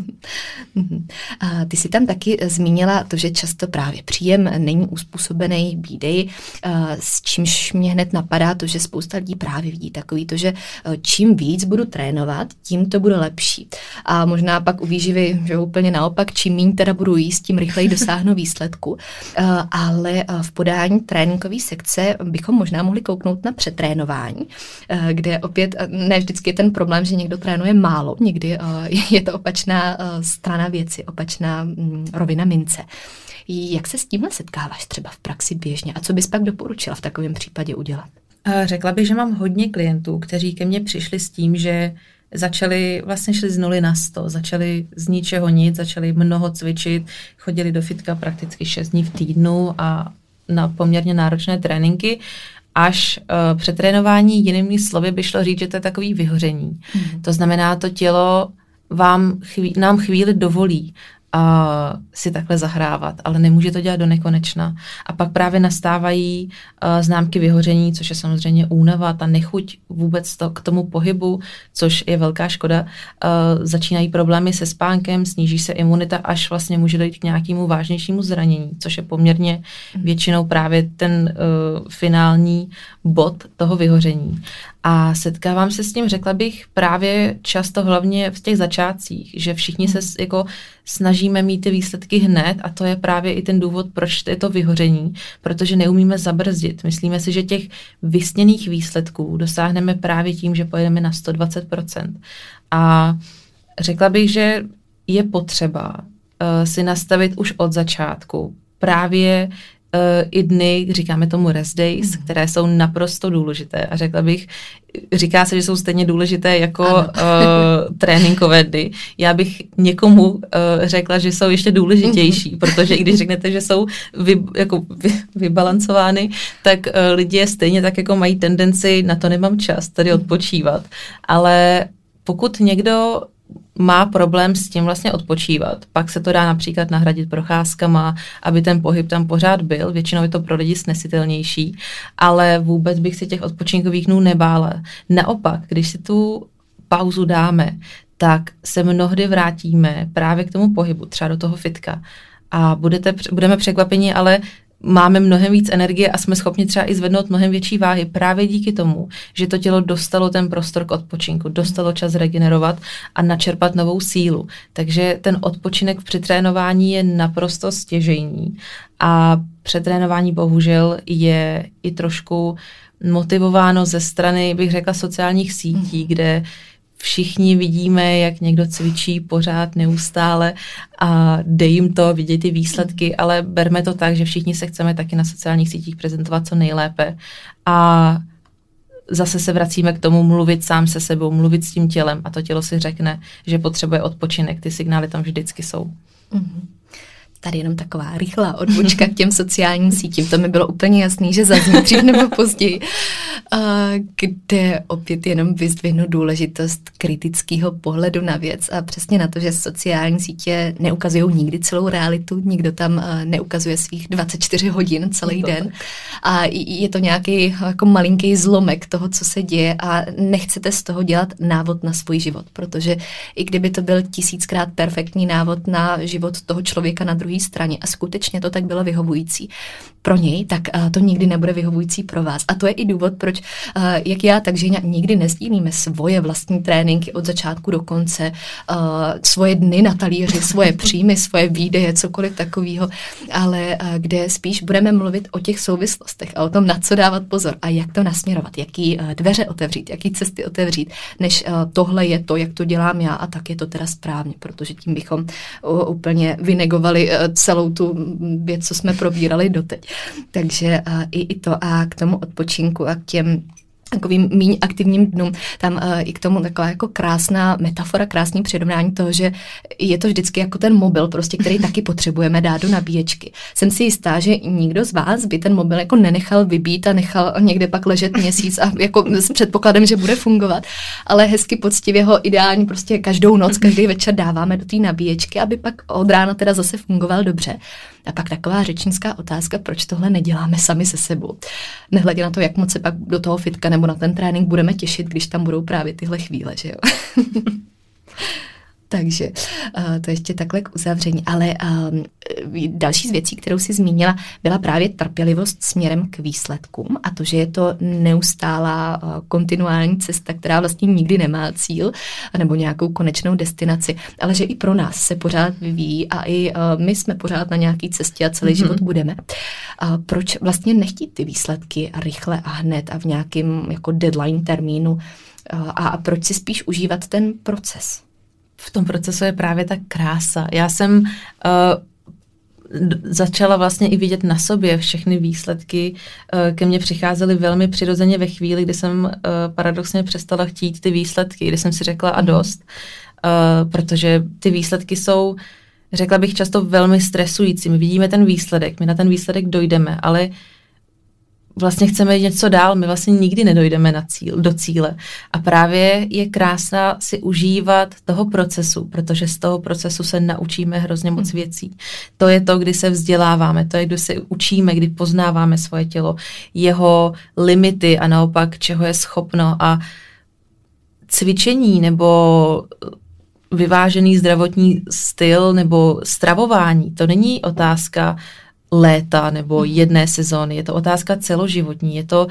A: A ty jsi tam taky zmínila to, že často právě příjem není uspůsobený bídej, s čímž mě hned napadá to, že spousta lidí právě vidí takový to, že čím víc budu trénovat, tím to bude lepší. A možná pak u výživy, že úplně naopak, čím méně teda budu jíst, tím rychleji dosáhnu výsledku. Ale v podání tréninkové sekce bychom možná mohli kouknout na přetrénování, kde opět ne vždycky je ten problém, že někdo trénuje málo, někdy je to opačná strana věci, opačná rovina mince. Jak se s tímhle setkáváš třeba v praxi běžně a co bys pak doporučila v takovém případě udělat?
B: Řekla bych, že mám hodně klientů, kteří ke mně přišli s tím, že začali, vlastně šli z nuly na sto, začali z ničeho nic, začali mnoho cvičit, chodili do fitka prakticky šest dní v týdnu a na poměrně náročné tréninky, až uh, přetrénování, jinými slovy by šlo říct, že to je takový vyhoření. Mm. To znamená, to tělo vám chví, nám chvíli dovolí a si takhle zahrávat, ale nemůže to dělat do nekonečna. A pak právě nastávají uh, známky vyhoření, což je samozřejmě únava, ta nechuť vůbec to, k tomu pohybu, což je velká škoda. Uh, začínají problémy se spánkem, sníží se imunita, až vlastně může dojít k nějakému vážnějšímu zranění, což je poměrně většinou právě ten uh, finální bod toho vyhoření. A setkávám se s tím, řekla bych, právě často hlavně v těch začátcích, že všichni se jako snažíme mít ty výsledky hned a to je právě i ten důvod, proč je to vyhoření, protože neumíme zabrzdit. Myslíme si, že těch vysněných výsledků dosáhneme právě tím, že pojedeme na sto dvacet procent. A řekla bych, že je potřeba uh, si nastavit už od začátku právě uh, i dny, říkáme tomu rest days, mm. které jsou naprosto důležité. A řekla bych, říká se, že jsou stejně důležité jako uh, tréninkové dny. Já bych někomu uh, řekla, že jsou ještě důležitější, mm. protože i když řeknete, že jsou vy, jako vy, vybalancovány, tak uh, lidi stejně tak jako mají tendenci, na to nemám čas, tady odpočívat. Ale pokud někdo má problém s tím vlastně odpočívat, pak se to dá například nahradit procházkama, aby ten pohyb tam pořád byl. Většinou je to pro lidi snesitelnější, ale vůbec bych si těch odpočinkových dnů nebála. Naopak, když si tu pauzu dáme, tak se mnohdy vrátíme právě k tomu pohybu, třeba do toho fitka. A budete, budeme překvapeni, ale máme mnohem víc energie a jsme schopni třeba i zvednout mnohem větší váhy právě díky tomu, že to tělo dostalo ten prostor k odpočinku, dostalo čas regenerovat a načerpat novou sílu. Takže ten odpočinek při trénování je naprosto stěžejní a přetrénování bohužel je i trošku motivováno ze strany, bych řekla, sociálních sítí, kde všichni vidíme, jak někdo cvičí pořád, neustále a dej jim to, vidět ty výsledky, ale berme to tak, že všichni se chceme taky na sociálních sítích prezentovat co nejlépe. A zase se vracíme k tomu mluvit sám se sebou, mluvit s tím tělem a to tělo si řekne, že potřebuje odpočinek. Ty signály tam vždycky jsou. Mm-hmm.
A: Tady jenom taková rychlá odbočka k těm sociálním sítím. To mi bylo úplně jasný, že zazní dřív nebo později, kde opět jenom vyzdvihnu důležitost kritického pohledu na věc a přesně na to, že sociální sítě neukazují nikdy celou realitu, nikdo tam neukazuje svých dvacet čtyři hodin celý den a je to nějaký jako malinký zlomek toho, co se děje a nechcete z toho dělat návod na svůj život, protože i kdyby to byl tisíckrát perfektní návod na život toho člověka na druhé straně a skutečně to tak bylo vyhovující pro něj, tak uh, to nikdy nebude vyhovující pro vás. A to je i důvod, proč uh, jak já, takže nikdy nezdílíme svoje vlastní tréninky od začátku do konce, uh, svoje dny na talíři, svoje příjmy, svoje výdeje, cokoliv takového, ale uh, kde spíš budeme mluvit o těch souvislostech a o tom, na co dávat pozor a jak to nasměrovat, jaký uh, dveře otevřít, jaký cesty otevřít, než uh, tohle je to, jak to dělám já a tak je to teda správně, protože tím bychom uh, úplně vynegovali uh, celou tu věc, co jsme probírali doteď. Takže uh, i, i to a k tomu odpočinku a k těm takovým míň aktivním dnům, tam uh, i k tomu taková jako krásná metafora, krásný přirovnání toho, že je to vždycky jako ten mobil, prostě, který taky potřebujeme dát do nabíječky. Jsem si jistá, že nikdo z vás by ten mobil jako nenechal vybít a nechal někde pak ležet měsíc a jako s předpokladem, že bude fungovat, ale hezky poctivě ho ideálně prostě každou noc, každý večer dáváme do té nabíječky, aby pak od rána teda zase fungoval dobře. A pak taková řečnická otázka, proč tohle neděláme sami se sebou. Nehledě na to, jak moc se pak do toho fitka nebo na ten trénink budeme těšit, když tam budou právě tyhle chvíle, že jo. Takže uh, to ještě takhle k uzavření. Ale uh, další z věcí, kterou si zmínila, byla právě trpělivost směrem k výsledkům a to, že je to neustálá uh, kontinuální cesta, která vlastně nikdy nemá cíl nebo nějakou konečnou destinaci, ale že i pro nás se pořád vyvíjí a i uh, my jsme pořád na nějaký cestě a celý mm-hmm. život budeme. Uh, proč vlastně nechtít ty výsledky rychle a hned a v nějakém jako deadline termínu uh, a, a proč si spíš užívat ten proces?
B: V tom procesu je právě ta krása. Já jsem uh, začala vlastně i vidět na sobě všechny výsledky. Uh, ke mně přicházely velmi přirozeně ve chvíli, kdy jsem uh, paradoxně přestala chtít ty výsledky, kdy jsem si řekla a dost. Uh, protože ty výsledky jsou, řekla bych, často velmi stresující. My vidíme ten výsledek, my na ten výsledek dojdeme, ale vlastně chceme něco dál, my vlastně nikdy nedojdeme na cíl, do cíle. A právě je krásná si užívat toho procesu, protože z toho procesu se naučíme hrozně moc věcí. To je to, kdy se vzděláváme, to je, kdy se učíme, kdy poznáváme svoje tělo, jeho limity a naopak, čeho je schopno. A cvičení nebo vyvážený zdravotní styl nebo stravování, to není otázka léta nebo jedné sezóny. Je to otázka celoživotní. Je to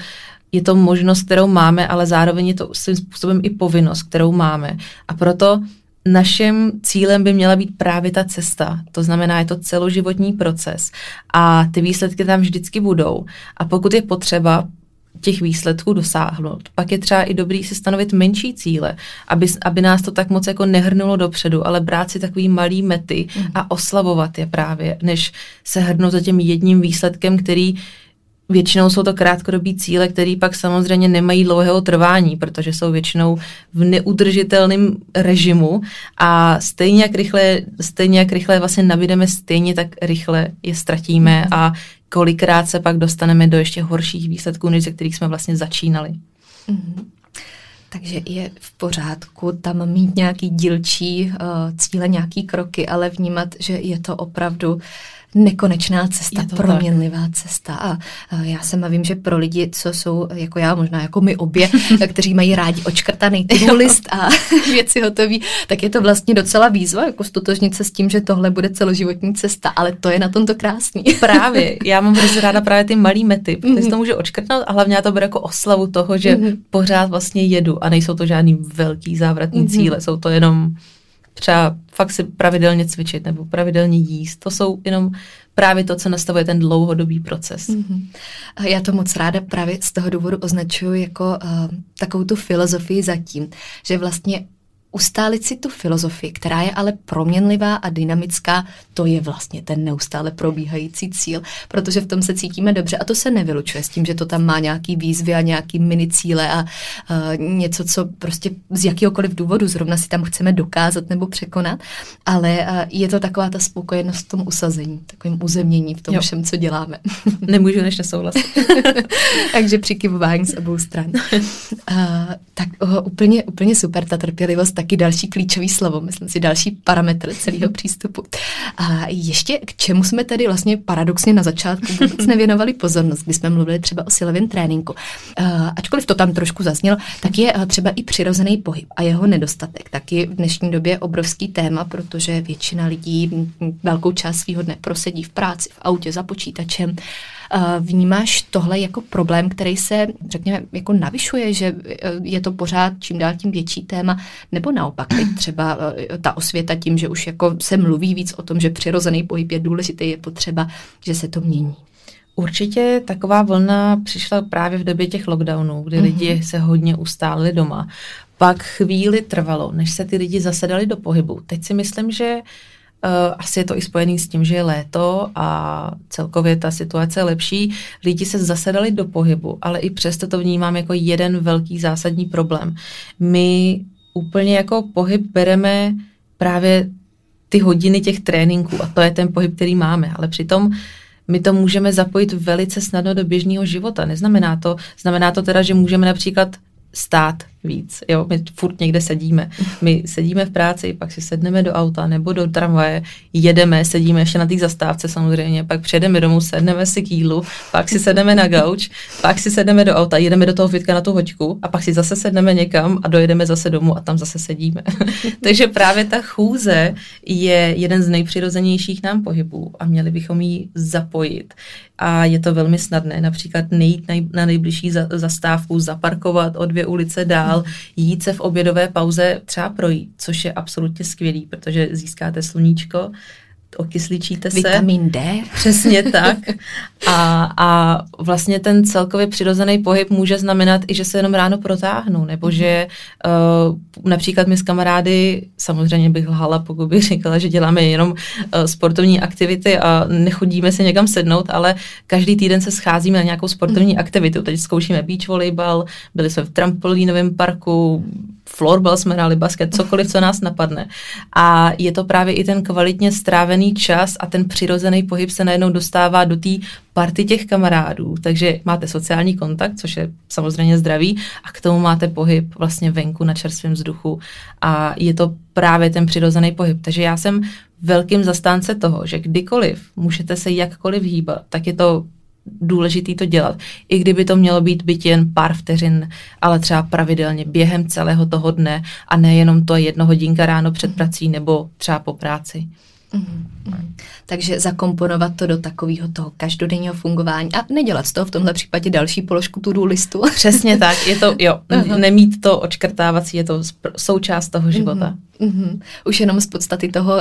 B: je to možnost, kterou máme, ale zároveň je to svým způsobem i povinnost, kterou máme. A proto naším cílem by měla být právě ta cesta. To znamená, je to celoživotní proces a ty výsledky tam vždycky budou. A pokud je potřeba těch výsledků dosáhnout, pak je třeba i dobrý si stanovit menší cíle, aby, aby nás to tak moc jako nehrnulo dopředu, ale brát si takový malý mety a oslavovat je právě, než se hrnout za tím jedním výsledkem, který většinou jsou to krátkodobí cíle, které pak samozřejmě nemají dlouhého trvání, protože jsou většinou v neudržitelném režimu a stejně jak rychle, stejně jak rychle vlastně nabídeme, stejně tak rychle je ztratíme a kolikrát se pak dostaneme do ještě horších výsledků, než ze kterých jsme vlastně začínali.
A: Mm-hmm. Takže je v pořádku tam mít nějaký dílčí uh, cíle, nějaký kroky, ale vnímat, že je to opravdu nekonečná cesta, proměnlivá tak. cesta. A, a já sama vím, že pro lidi, co jsou jako já, možná jako my obě, kteří mají rádi očkrtaný to list a věci hotový, tak je to vlastně docela výzva, jako stotožnit se s tím, že tohle bude celoživotní cesta, ale to je na tom to krásný.
B: Právě. Já mám hrozně ráda právě ty malý mety, protože mm-hmm. to můžu odškrtnout a hlavně já to beru jako oslavu toho, že mm-hmm. pořád vlastně jedu a nejsou to žádný velký závratný mm-hmm. cíle, jsou to jenom třeba fakt si pravidelně cvičit nebo pravidelně jíst. To jsou jenom právě to, co nastavuje ten dlouhodobý proces. Mm-hmm.
A: Já to moc ráda právě z toho důvodu označuju jako uh, takovou tu filozofii zatím, že vlastně ustálit si tu filozofii, která je ale proměnlivá a dynamická, to je vlastně ten neustále probíhající cíl, protože v tom se cítíme dobře a to se nevylučuje s tím, že to tam má nějaký výzvy a nějaký mini cíle a uh, něco, co prostě z jakýhokoliv důvodu zrovna si tam chceme dokázat nebo překonat, ale uh, je to taková ta spokojenost v tom usazení, takovým uzemnění v tom jo. všem, co děláme.
B: Nemůžu než nesouhlasit.
A: Takže přikyvování z obou stran. Uh, tak uh, úplně, úplně super ta trpělivost, taky další klíčový slovo, myslím si další parametr celého přístupu. A ještě k čemu jsme tady vlastně paradoxně na začátku vůbec nevěnovali pozornost, když jsme mluvili třeba o silovém tréninku. Uh, ačkoliv to tam trošku zaznělo, tak je uh, třeba i přirozený pohyb a jeho nedostatek. Taky v dnešní době obrovský téma, protože většina lidí velkou část svýho dne prosedí v práci, v autě, za počítačem. Vnímáš tohle jako problém, který se, řekněme, jako navyšuje, že je to pořád čím dál tím větší téma, nebo naopak teď třeba ta osvěta tím, že už jako se mluví víc o tom, že přirozený pohyb je důležitý, je potřeba, že se to mění?
B: Určitě taková vlna přišla právě v době těch lockdownů, kdy mm-hmm. lidi se hodně ustálili doma. Pak chvíli trvalo, než se ty lidi zasedali do pohybu. Teď si myslím, že Uh, asi je to i spojený s tím, že je léto a celkově ta situace je lepší. Lidi se zasedali do pohybu, ale i přesto to vnímám jako jeden velký zásadní problém. My úplně jako pohyb bereme právě ty hodiny těch tréninků a to je ten pohyb, který máme, ale přitom my to můžeme zapojit velice snadno do běžného života. Neznamená to, znamená to teda, že můžeme například stát víc, jo, my furt někde sedíme. My sedíme v práci, pak si sedneme do auta nebo do tramvaje, jedeme, sedíme ještě na té zastávce samozřejmě, pak přijedeme domů, sedneme si k jídlu, pak si sedneme na gauč, pak si sedneme do auta, jedeme do toho fitka na tu hoďku a pak si zase sedneme někam a dojedeme zase domů a tam zase sedíme. Takže právě ta chůze je jeden z nejpřirozenějších nám pohybů a měli bychom ji zapojit. A je to velmi snadné, například nejít na nejbližší zastávku, zaparkovat o dvě ulice dál, jít se v obědové pauze třeba projít, což je absolutně skvělý, protože získáte sluníčko, okysličíte se.
A: Vitamin D.
B: Přesně tak. A, a vlastně ten celkově přirozený pohyb může znamenat i, že se jenom ráno protáhnu, nebo mm. že uh, například my s kamarády, samozřejmě bych lhala, pokud bych říkala, že děláme jenom uh, sportovní aktivity a nechodíme se někam sednout, ale každý týden se scházíme na nějakou sportovní mm. aktivitu. Teď zkoušíme beach volejbal, byli jsme v trampolínovém parku, florbal jsme hráli, basket, cokoliv, co nás napadne. A je to právě i ten kvalitně strávený čas a ten přirozený pohyb se najednou dostává do té party těch kamarádů. Takže máte sociální kontakt, což je samozřejmě zdravý, a k tomu máte pohyb vlastně venku na čerstvém vzduchu. A je to právě ten přirozený pohyb. Takže já jsem velkým zastánce toho, že kdykoliv můžete se jakkoliv hýbat, tak je to důležitý to dělat. I kdyby to mělo být byť jen pár vteřin, ale třeba pravidelně během celého toho dne a nejenom to jedno hodinka ráno před prací nebo třeba po práci.
A: Mm-hmm. Takže zakomponovat to do takového toho každodenního fungování a nedělat z toho v tomhle případě další položku to-do listu.
B: Přesně tak, je to, jo, uh-huh. nemít to odškrtávací, je to součást toho života.
A: Mm-hmm. Mm-hmm. Už jenom z podstaty toho,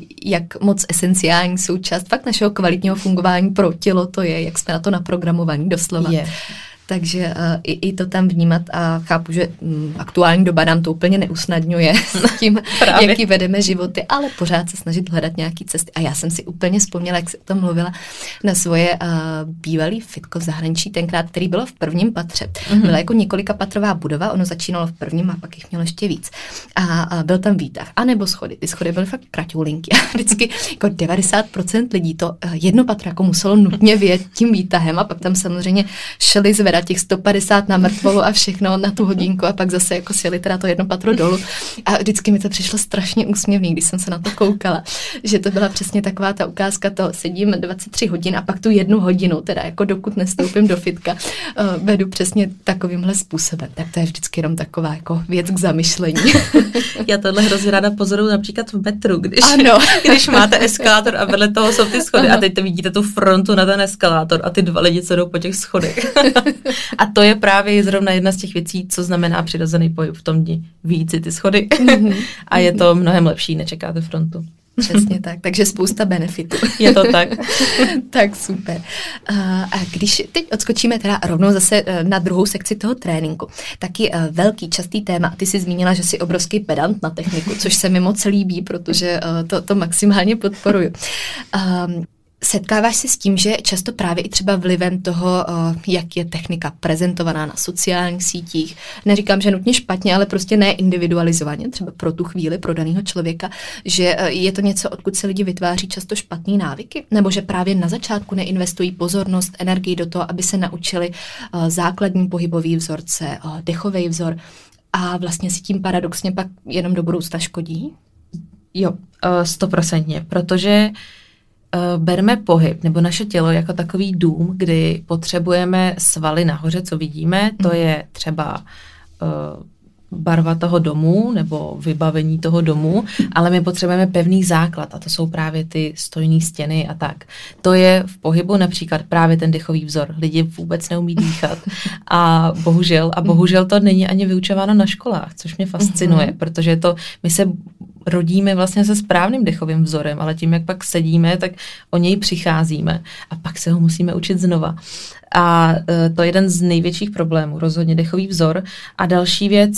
A: jak moc esenciální součást fakt našeho kvalitního fungování pro tělo to je, jak jsme na to naprogramovaní doslova.
B: Je.
A: Takže uh, i, i to tam vnímat a chápu, že um, aktuální doba nám to úplně neusnadňuje s tím, jaký vedeme životy, ale pořád se snažit hledat nějaký cesty. A já jsem si úplně vzpomněla, jak jsi o tom mluvila, na svoje uh, bývalý fitko v zahraničí, tenkrát, který bylo v prvním patře. Mm-hmm. Byla jako několika patrová budova, ono začínalo v prvním a pak jich mělo ještě víc. A, a byl tam výtah, anebo schody. Ty schody byly fakt kratulinky. A vždycky jako devadesát procent lidí to uh, jedno patro jako muselo nutně vyjet tím výtahem a pak tam samozřejmě šli zvedat těch sto padesát na mrtvolu a všechno na tu hodinku a pak zase jako sjeli teda to jedno patro dolů. A vždycky mi to přišlo strašně úsměvný, když jsem se na to koukala, že to byla přesně taková ta ukázka, to sedím dvacet tři hodin a pak tu jednu hodinu, teda jako dokud nestoupím do fitka, uh, vedu přesně takovýmhle způsobem. Tak to je vždycky jenom taková jako věc k zamyšlení.
B: Já tohle hrozně ráda pozoruju například v metru, když,
A: ano.
B: když máte eskalátor a vedle toho jsou ty schody. Aha. A teď to vidíte tu frontu na ten eskalátor a ty dva lidi, co jdou po těch schodech. A to je právě zrovna jedna z těch věcí, co znamená přirozený pohyb v tom dni. Víc si ty schody. Mm-hmm. A je to mnohem lepší, nečekáte frontu.
A: Přesně tak, takže spousta benefitů.
B: Je to tak.
A: Tak super. A když teď odskočíme teda rovnou zase na druhou sekci toho tréninku, taky velký, častý téma, ty jsi zmínila, že jsi obrovský pedant na techniku, což se mi moc líbí, protože to, to maximálně podporuju. Um, Setkáváš se s tím, že často právě i třeba vlivem toho, jak je technika prezentovaná na sociálních sítích, neříkám, že nutně špatně, ale prostě ne individualizovaně, třeba pro tu chvíli, pro daného člověka, že je to něco, odkud se lidi vytváří často špatný návyky, nebo že právě na začátku neinvestují pozornost, energii do toho, aby se naučili základní pohybový vzorce, dechový vzor a vlastně si tím paradoxně pak jenom do budoucna škodí?
B: Jo, stoprocentně, protože berme pohyb nebo naše tělo jako takový dům, kdy potřebujeme svaly nahoře, co vidíme, to je třeba uh, barva toho domu nebo vybavení toho domu, ale my potřebujeme pevný základ a to jsou právě ty stojné stěny a tak. To je v pohybu například právě ten dechový vzor. Lidi vůbec neumí dýchat a bohužel, a bohužel to není ani vyučováno na školách, což mě fascinuje, mm-hmm. protože to, my se rodíme vlastně se správným dechovým vzorem, ale tím, jak pak sedíme, tak o něj přicházíme a pak se ho musíme učit znova. A to je jeden z největších problémů, rozhodně dechový vzor. A další věc,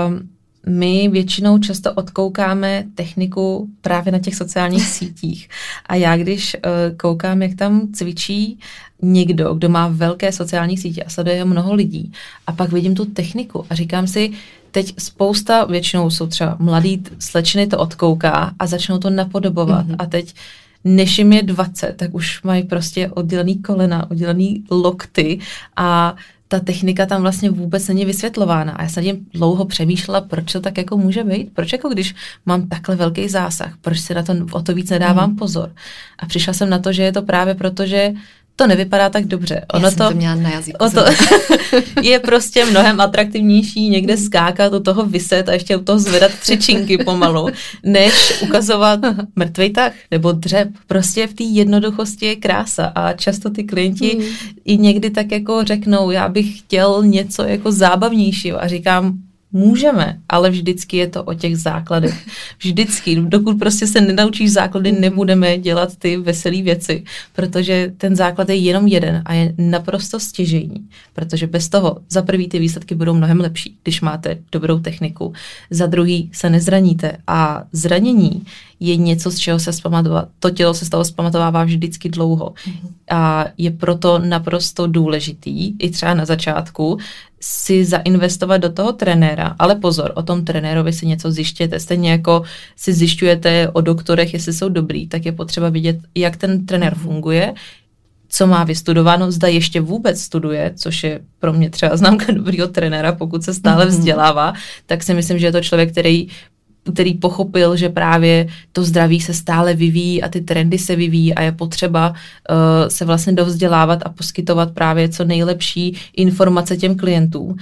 B: my většinou často odkoukáme techniku právě na těch sociálních sítích. A já, když koukám, jak tam cvičí někdo, kdo má velké sociální sítě a sleduje mnoho lidí, a pak vidím tu techniku a říkám si, teď spousta, většinou jsou třeba mladý slečny, to odkouká a začnou to napodobovat. Mm-hmm. A teď než jim je dvacet, tak už mají prostě oddělený kolena, oddělený lokty a ta technika tam vlastně vůbec není vysvětlována. A já jsem tím dlouho přemýšlela, proč to tak jako může být. Proč jako když mám takhle velký zásah, proč si na to o to víc nedávám mm. pozor. A přišla jsem na to, že je to právě proto, že to nevypadá tak dobře. Ono
A: Já jsem
B: to,
A: to měla na jazyku.
B: To je prostě mnohem atraktivnější někde skákat, do toho vyset a ještě u toho zvedat třečinky pomalu, než ukazovat mrtvej tah nebo dřep. Prostě v té jednoduchosti je krása a často ty klienti mm. i někdy tak jako řeknou, já bych chtěl něco jako zábavnějšího a říkám, můžeme, ale vždycky je to o těch základech. Vždycky, dokud prostě se nenaučíš základy, nebudeme dělat ty veselé věci, protože ten základ je jenom jeden a je naprosto stěžejní, protože bez toho za prvý ty výsledky budou mnohem lepší, když máte dobrou techniku, za druhý se nezraníte a zranění je něco, z čeho se vzpamatovat. To tělo se z toho vzpamatovává vždycky dlouho. A je proto naprosto důležitý, i třeba na začátku, si zainvestovat do toho trenéra. Ale pozor, o tom trenérovi si něco zjištěte. Stejně jako si zjišťujete o doktorech, jestli jsou dobrý, tak je potřeba vidět, jak ten trenér funguje, co má vystudováno, zda ještě vůbec studuje, což je pro mě třeba známka dobrýho trenéra, pokud se stále vzdělává, tak si myslím, že je to člověk, který který pochopil, že právě to zdraví se stále vyvíjí a ty trendy se vyvíjí a je potřeba uh, se vlastně dovzdělávat a poskytovat právě co nejlepší informace těm klientům.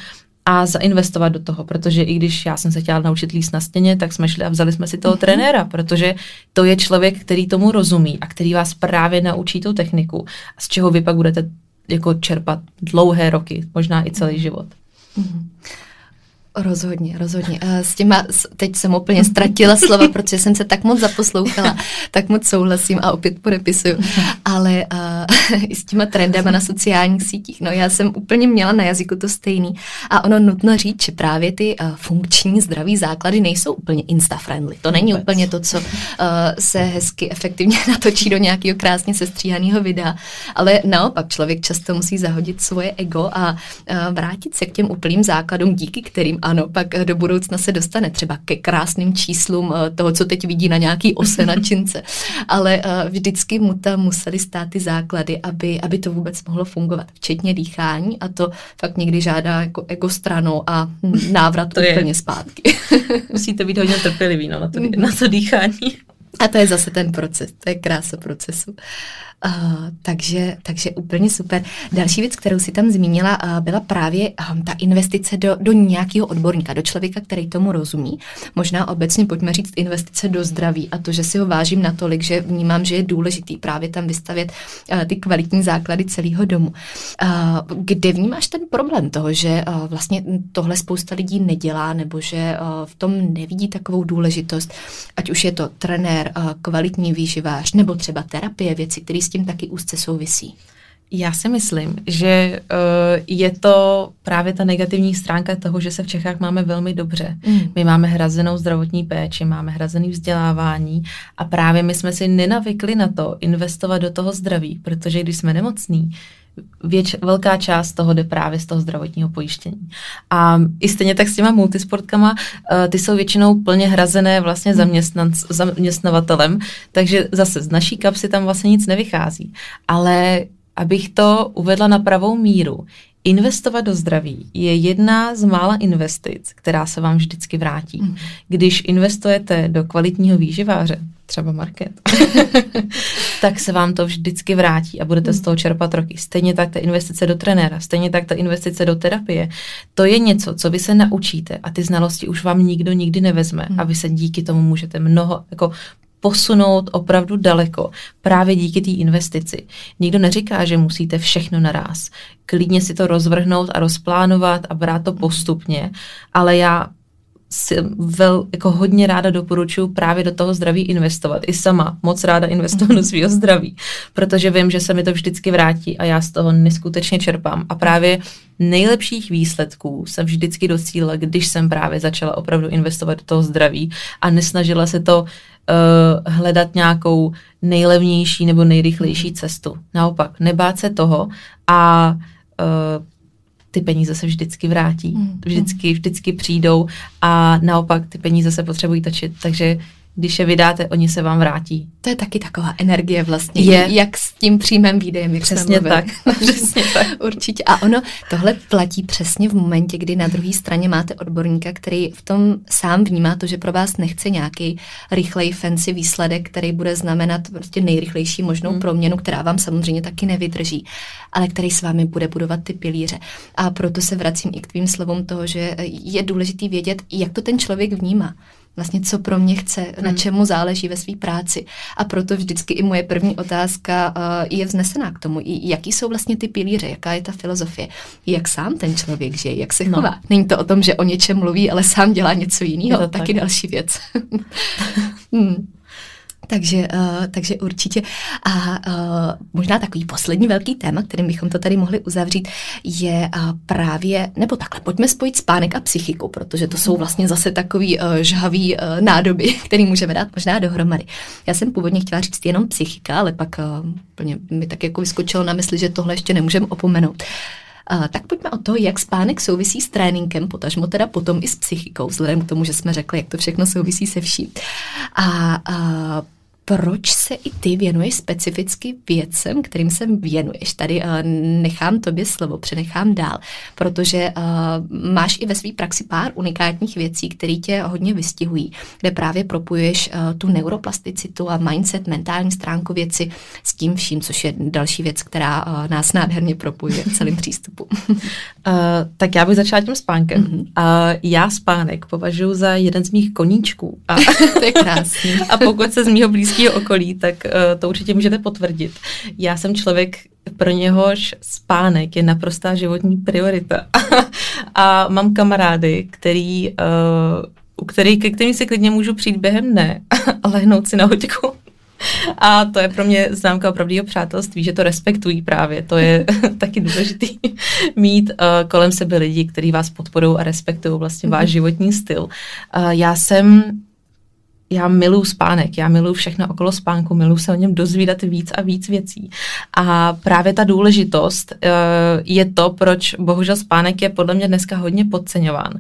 B: a zainvestovat do toho, protože i když já jsem se chtěla naučit líst na stěně, tak jsme šli a vzali jsme si toho mm-hmm. trenéra, protože to je člověk, který tomu rozumí a který vás právě naučí tu techniku, z čeho vy pak budete jako čerpat dlouhé roky, možná i celý život.
A: Mm-hmm. Rozhodně, rozhodně. S těma, teď jsem úplně ztratila slova, protože jsem se tak moc zaposlouchala, tak moc souhlasím a opět podepisuju. Ale uh, i s těma trendama na sociálních sítích, no já jsem úplně měla na jazyku to stejný. A ono nutno říct, že právě ty uh, funkční zdraví základy nejsou úplně insta-friendly. To není Vůbec. úplně to, co uh, se hezky efektivně natočí do nějakého krásně sestříhaného videa, ale naopak člověk často musí zahodit svoje ego a uh, vrátit se k těm úplným základům, díky kterým ano, pak do budoucna se dostane třeba ke krásným číslům toho, co teď vidí na nějaký ose na čince. Ale vždycky mu tam museli stát ty základy, aby, aby to vůbec mohlo fungovat, včetně dýchání a to fakt někdy žádá jako ego stranou a návrat to úplně je. zpátky.
B: Musíte být hodně trpělivý no, na, to, na to dýchání.
A: A to je zase ten proces, to je krása procesu. Uh, takže, takže úplně super. Další věc, kterou si tam zmínila, uh, byla právě um, ta investice do, do nějakého odborníka, do člověka, který tomu rozumí. Možná obecně pojďme říct investice do zdraví a to, že si ho vážím natolik, že vnímám, že je důležitý právě tam vystavět uh, ty kvalitní základy celého domu. Uh, kde vnímáš ten problém toho, že uh, vlastně tohle spousta lidí nedělá nebo že uh, v tom nevidí takovou důležitost, ať už je to trenér, uh, kvalitní výživář nebo třeba terapie, věci, které s tím taky úzce souvisí?
B: Já si myslím, že uh, je to právě ta negativní stránka toho, že se v Čechách máme velmi dobře. Mm. My máme hrazenou zdravotní péči, máme hrazený vzdělávání a právě my jsme si nenavykli na to investovat do toho zdraví, protože když jsme nemocní, Věč, velká část toho jde právě z toho zdravotního pojištění. A i stejně tak s těma multisportkama, uh, ty jsou většinou plně hrazené vlastně zaměstnavatelem, takže zase z naší kapsy tam vlastně nic nevychází. Ale abych to uvedla na pravou míru, investovat do zdraví je jedna z mála investic, která se vám vždycky vrátí. Mm. Když investujete do kvalitního výživáře, třeba Market, tak se vám to vždycky vrátí a budete z toho čerpat roky. Stejně tak ta investice do trenéra, stejně tak ta investice do terapie. To je něco, co vy se naučíte a ty znalosti už vám nikdo nikdy nevezme mm. a vy se díky tomu můžete mnoho jako posunout opravdu daleko právě díky té investici. Nikdo neříká, že musíte všechno naráz. Klidně si to rozvrhnout a rozplánovat a brát to postupně, ale já si vel, jako hodně ráda doporučuji právě do toho zdraví investovat. I sama moc ráda investuju do svého zdraví, protože vím, že se mi to vždycky vrátí a já z toho neskutečně čerpám. A právě nejlepších výsledků jsem vždycky docílila, když jsem právě začala opravdu investovat do toho zdraví a nesnažila se to uh, hledat nějakou nejlevnější nebo nejrychlejší cestu. Naopak, nebát se toho a uh, ty peníze se vždycky vrátí, vždycky, vždycky přijdou a naopak ty peníze se potřebují točit, takže když je vydáte, oni se vám vrátí.
A: To je taky taková energie vlastně, je. Jak s tím příjmem výdejem, jak
B: přesně tak. Přesně tak.
A: Určitě. A ono, tohle platí přesně v momentě, kdy na druhé straně máte odborníka, který v tom sám vnímá to, že pro vás nechce nějaký rychlej fancy výsledek, který bude znamenat prostě nejrychlejší možnou hmm. proměnu, která vám samozřejmě taky nevydrží, ale který s vámi bude budovat ty pilíře. A proto se vracím i k tvým slovům toho, že je důležitý vědět, jak to ten člověk vnímá. Vlastně co pro mě chce, hmm. na čemu záleží ve své práci. A proto vždycky i moje první otázka uh, je vznesená k tomu, jaký jsou vlastně ty pilíře, jaká je ta filozofie, jak sám ten člověk žije, jak se chová. No. Není to o tom, že o něčem mluví, ale sám dělá něco jiného, to taky tak. Další věc. hmm. Takže, uh, takže určitě. A uh, možná takový poslední velký téma, kterým bychom to tady mohli uzavřít, je uh, právě, nebo takhle, pojďme spojit spánek a psychiku, protože to jsou vlastně zase takový uh, žhavý uh, nádoby, který můžeme dát možná dohromady. Já jsem původně chtěla říct jenom psychika, ale pak uh, plně mi tak jako vyskočilo na mysli, že tohle ještě nemůžeme opomenout. Uh, tak pojďme o to, jak spánek souvisí s tréninkem, potažmo teda potom i s psychikou, vzhledem k tomu, že jsme řekli, jak to všechno souvisí se vším. A uh, proč se i ty věnuješ specificky věcem, kterým se věnuješ? Tady uh, nechám tobě slovo, přenechám dál, protože uh, máš i ve své praxi pár unikátních věcí, které tě hodně vystihují, kde právě propojuješ uh, tu neuroplasticitu a mindset, mentální stránku věci s tím vším, což je další věc, která uh, nás nádherně propojuje v celém přístupu.
B: uh, Uh, tak já bych začala tím spánkem. Mm-hmm. Uh, já spánek považuji za jeden z mých koníčků. A,
A: to je krásný.
B: A pokud se z mýho blízkého okolí, tak uh, to určitě můžete potvrdit. Já jsem člověk, pro něhož spánek je naprostá životní priorita. A mám kamarády, který, uh, u který, ke kterým si klidně můžu přijít během dne a lehnout si na hoďku. A to je pro mě známka opravdového přátelství, že to respektují právě. To je taky důležitý mít uh, kolem sebe lidi, kteří vás podporují a respektují vlastně váš životní styl. Uh, já jsem, já miluji spánek, já miluji všechno okolo spánku, miluji se o něm dozvídat víc a víc věcí. A právě ta důležitost uh, je to, proč bohužel spánek je podle mě dneska hodně podceňován.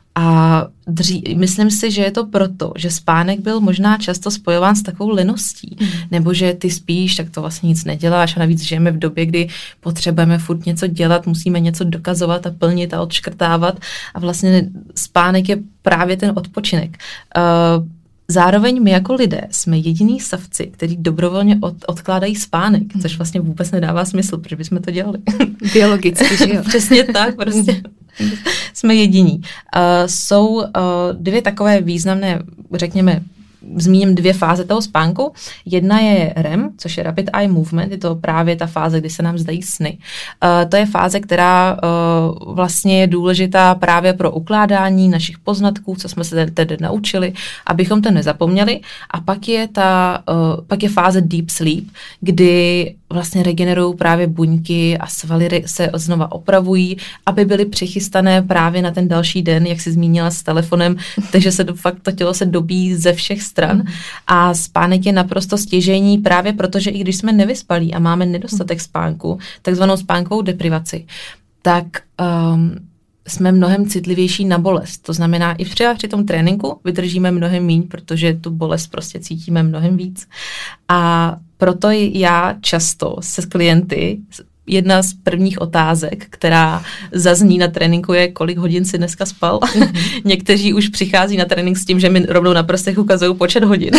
B: A dří, myslím si, že je to proto, že spánek byl možná často spojován s takovou leností, mm. nebo že ty spíš, tak to vlastně nic neděláš a navíc žijeme v době, kdy potřebujeme furt něco dělat, musíme něco dokazovat a plnit a odškrtávat a vlastně spánek je právě ten odpočinek. Uh, Zároveň my jako lidé jsme jediný savci, kteří dobrovolně od, odkládají spánek, což vlastně vůbec nedává smysl, protože bychom to dělali.
A: Biologicky, že jo?
B: Přesně tak, prostě jsme jediní. Uh, jsou uh, dvě takové významné, řekněme, zmíním dvě fáze toho spánku. Jedna je R E M, což je Rapid Eye Movement, je to právě ta fáze, kdy se nám zdají sny. Uh, to je fáze, která uh, vlastně je důležitá právě pro ukládání našich poznatků, co jsme se tedy naučili, abychom to nezapomněli. A pak je, ta, uh, pak je fáze Deep Sleep, kdy vlastně regenerují právě buňky a svaly se znova opravují, aby byly přichystané právě na ten další den, jak jsi zmínila s telefonem, takže se do, fakt to tělo se dobíjí ze všech stran. Mm. A spánek je naprosto stěžejní právě protože i když jsme nevyspalí a máme nedostatek spánku, takzvanou spánkovou deprivaci, tak um, jsme mnohem citlivější na bolest. To znamená, i třeba při tom tréninku vydržíme mnohem míň, protože tu bolest prostě cítíme mnohem víc. A proto já často se s klienty, jedna z prvních otázek, která zazní na tréninku je, kolik hodin si dneska spal. Mm-hmm. Někteří už přichází na trénink s tím, že mi rovnou na prstech ukazují počet hodin.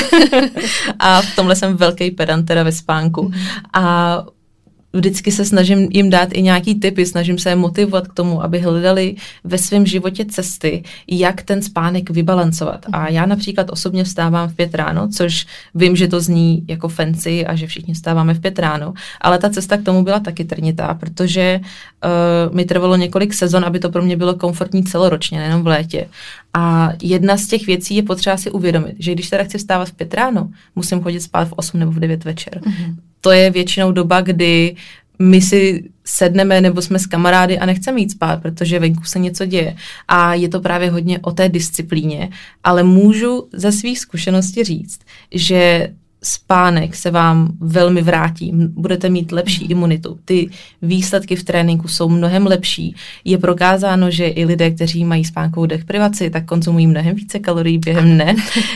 B: A v tomhle jsem velký pedant teda ve spánku. Mm-hmm. A vždycky se snažím jim dát i nějaký tipy, snažím se je motivovat k tomu, aby hledali ve svém životě cesty, jak ten spánek vybalancovat. A já například osobně vstávám v pět ráno, což vím, že to zní jako fancy a že všichni vstáváme v pět ráno, ale ta cesta k tomu byla taky trnitá, protože uh, mi trvalo několik sezon, aby to pro mě bylo komfortní celoročně, nejenom v létě. A jedna z těch věcí je potřeba si uvědomit, že když teda chci vstávat v pět ráno, musím chodit spát v osm nebo v devět večer. Mm-hmm. To je většinou doba, kdy my si sedneme nebo jsme s kamarády a nechceme jít spát, protože venku se něco děje. A je to právě hodně o té disciplíně, ale můžu ze svých zkušeností říct, že spánek se vám velmi vrátí, budete mít lepší imunitu. Ty výsledky v tréninku jsou mnohem lepší. Je prokázáno, že i lidé, kteří mají spánkovou deprivaci, tak konzumují mnohem více kalorií během dne.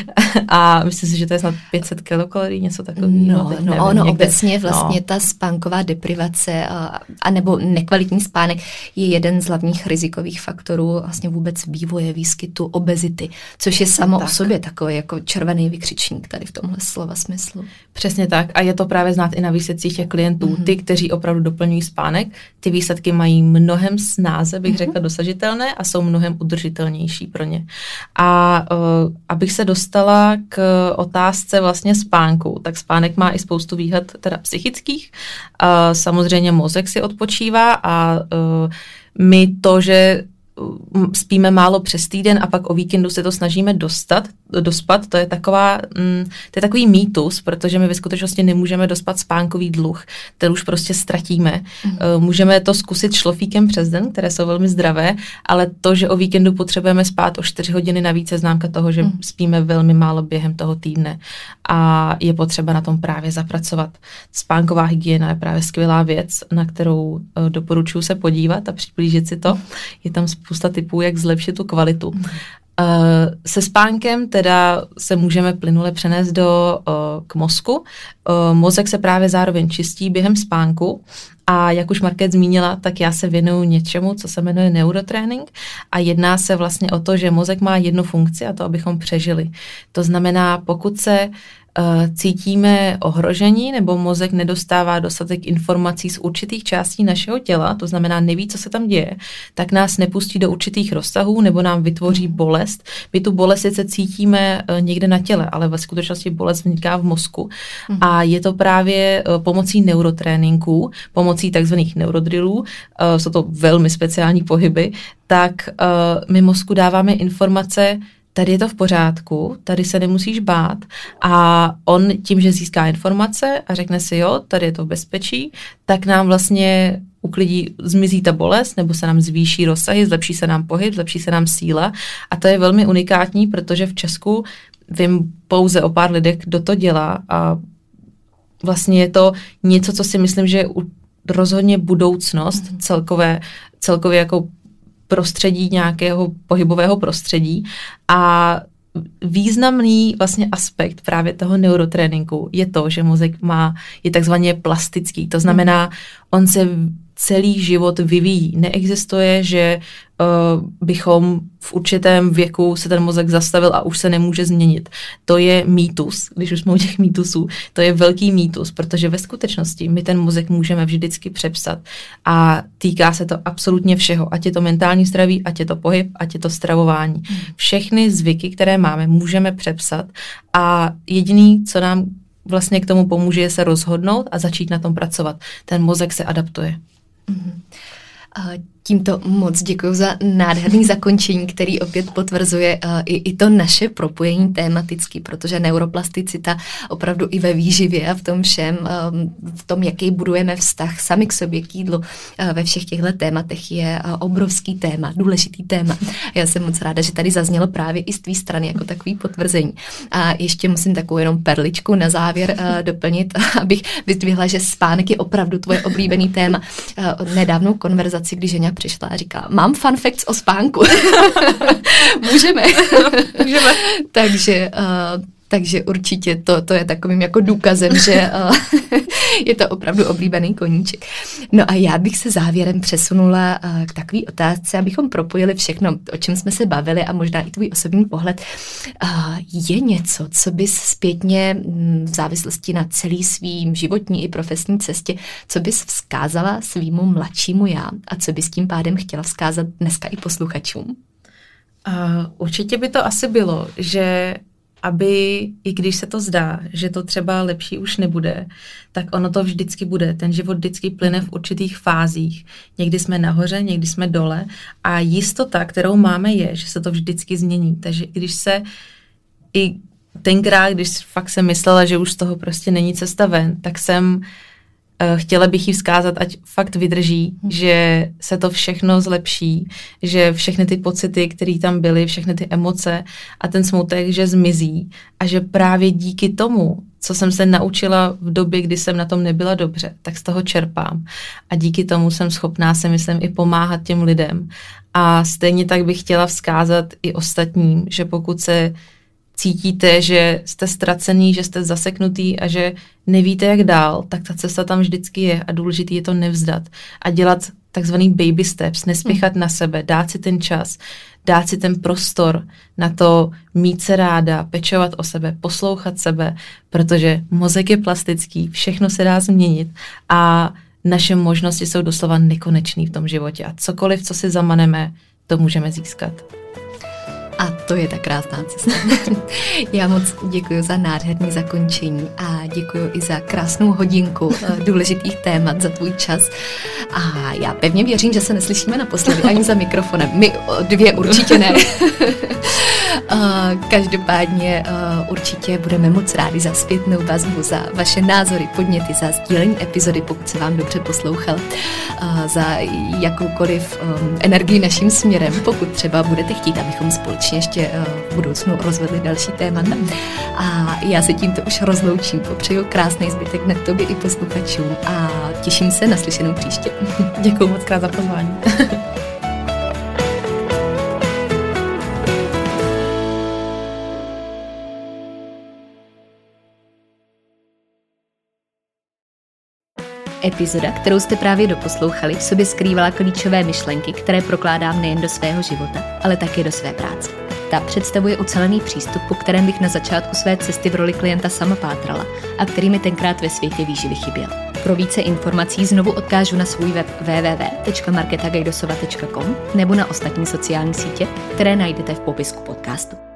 B: A myslím si, že to je snad pět set kilokalorií, něco takového.
A: No, no nevím, ono někde, obecně vlastně no. Ta spánková deprivace a, a nebo nekvalitní spánek je jeden z hlavních rizikových faktorů vlastně vůbec vývoje, výskytu obezity, což je samo tak. o sobě takový jako červený vykřičník tady v tomhle slova smyslu.
B: Přesně tak a je to právě znát i na výsledcích těch klientů. Mm-hmm. Ty, kteří opravdu doplňují spánek, ty výsledky mají mnohem snáze, bych mm-hmm. řekla, dosažitelné a jsou mnohem udržitelnější pro ně. A uh, abych se dostala k otázce vlastně spánku, tak spánek má i spoustu výhod teda psychických. Uh, samozřejmě mozek si odpočívá a uh, my to, že spíme málo přes týden a pak o víkendu se to snažíme dostat, dospat, to je taková, mm, to je takový mýtus, protože my ve skutečnosti nemůžeme dospat spánkový dluh, ten už prostě ztratíme. Mm. Můžeme to zkusit šlofíkem přes den, které jsou velmi zdravé, ale to, že o víkendu potřebujeme spát o čtyři hodiny navíc, je známka toho, že mm. spíme velmi málo během toho týdne a je potřeba na tom právě zapracovat. Spánková hygiena je právě skvělá věc, na kterou doporučuji se podívat a přiblížit si to. Je tam spousta tipů, jak zlepšit tu kvalitu. Mm. Uh, se spánkem teda se můžeme plynule přenést do, uh, k mozku. Uh, mozek se právě zároveň čistí během spánku a jak už Markéta zmínila, tak já se věnuju něčemu, co se jmenuje neurotrénink a jedná se vlastně o to, že mozek má jednu funkci a to, abychom přežili. To znamená, pokud se cítíme ohrožení nebo mozek nedostává dostatek informací z určitých částí našeho těla, to znamená neví, co se tam děje, tak nás nepustí do určitých roztahů nebo nám vytvoří bolest. My tu bolest sice cítíme někde na těle, ale ve skutečnosti bolest vzniká v mozku. Mm. A je to právě pomocí neurotréninků, pomocí takzvaných neurodrillů, jsou to velmi speciální pohyby, tak my mozku dáváme informace, tady je to v pořádku, tady se nemusíš bát a on tím, že získá informace a řekne si jo, tady je to v bezpečí, tak nám vlastně uklidí, zmizí ta bolest nebo se nám zvýší rozsahy, zlepší se nám pohyb, zlepší se nám síla a to je velmi unikátní, protože v Česku vím pouze o pár lidech, kdo to dělá a vlastně je to něco, co si myslím, že je rozhodně budoucnost celkové, celkově jako prostředí nějakého pohybového prostředí a významný vlastně aspekt právě toho neurotréninku je to, že mozek má, je takzvaně plastický, to znamená, on se celý život vyvíjí. Neexistuje, že uh, bychom v určitém věku se ten mozek zastavil a už se nemůže změnit. To je mýtus, když už jsme u těch mýtusů, to je velký mýtus, protože ve skutečnosti my ten mozek můžeme vždycky přepsat a týká se to absolutně všeho, ať je to mentální zdraví, ať je to pohyb, ať je to stravování. Všechny zvyky, které máme, můžeme přepsat a jediný, co nám vlastně k tomu pomůže, je se rozhodnout a začít na tom pracovat. Ten mozek se adaptuje.
A: Mm-hmm. Tímto moc děkuji za nádherný zakončení, který opět potvrzuje uh, i, i to naše propojení tématicky, protože neuroplasticita opravdu i ve výživě a v tom všem, um, v tom, jaký budujeme vztah sami k sobě, k jídlu, uh, ve všech těchto tématech je uh, obrovský téma, důležitý téma. Já jsem moc ráda, že tady zaznělo právě i z tvý strany jako takový potvrzení. A ještě musím takovou jenom perličku na závěr uh, doplnit, abych vyzdvihla, že spánek je opravdu tvoje oblíbený téma. Uh, nedávnou konverzaci, když Ženě přišla a říká, mám fun facts o spánku. Můžeme. Můžeme. takže, uh, takže určitě to, to je takovým jako důkazem, že uh, je to opravdu oblíbený koníček. No a já bych se závěrem přesunula uh, k takové otázce, abychom propojili všechno, o čem jsme se bavili a možná i tvůj osobní pohled. Uh, je něco, co bys zpětně v závislosti na celý svým životní i profesní cestě, co bys vzkázala svýmu mladšímu já a co bys tím pádem chtěla vzkázat dneska i posluchačům?
B: Uh, určitě by to asi bylo, že aby, i když se to zdá, že to třeba lepší už nebude, tak ono to vždycky bude. Ten život vždycky plyne v určitých fázích. Někdy jsme nahoře, někdy jsme dole a jistota, kterou máme, je, že se to vždycky změní. Takže když se i tenkrát, když fakt jsem myslela, že už z toho prostě není cesta ven, tak jsem chtěla bych jí vzkázat, ať fakt vydrží, že se to všechno zlepší, že všechny ty pocity, které tam byly, všechny ty emoce a ten smutek, že zmizí a že právě díky tomu, co jsem se naučila v době, kdy jsem na tom nebyla dobře, tak z toho čerpám. A díky tomu jsem schopná, si myslím, i pomáhat těm lidem. A stejně tak bych chtěla vzkázat i ostatním, že pokud se cítíte, že jste ztracený, že jste zaseknutý a že nevíte, jak dál, tak ta cesta tam vždycky je a důležitý je to nevzdat a dělat takzvaný baby steps, nespěchat hmm. na sebe, dát si ten čas, dát si ten prostor na to mít se ráda, pečovat o sebe, poslouchat sebe, protože mozek je plastický, všechno se dá změnit a naše možnosti jsou doslova nekonečný v tom životě a cokoliv, co si zamaneme, to můžeme získat.
A: A to je ta krásná cesta. Já moc děkuji za nádherný zakončení a děkuji i za krásnou hodinku důležitých témat, za tvůj čas. A já pevně věřím, že se neslyšíme naposledy ani za mikrofonem. My dvě určitě ne. Každopádně určitě budeme moc rádi za zpětnou vazbu, za vaše názory, podněty, za sdílení epizody, pokud se vám dobře poslouchal, za jakoukoliv energii naším směrem, pokud třeba budete chtít, abychom společně ještě v budoucnu rozvedli další témata. A já se tímto už rozloučím, popřeju krásný zbytek dne tobě i posluchačům a těším se na slyšenou příště.
B: Děkuji moc krát za pozvání.
A: Epizoda, kterou jste právě doposlouchali, v sobě skrývala klíčové myšlenky, které prokládám nejen do svého života, ale také do své práce. Markéta představuje ucelený přístup, po kterém bych na začátku své cesty v roli klienta sama pátrala a který mi tenkrát ve světě výživy chyběl. Pro více informací znovu odkážu na svůj web w w w tečka marketa gajdosova tečka com nebo na ostatní sociální sítě, které najdete v popisku podcastu.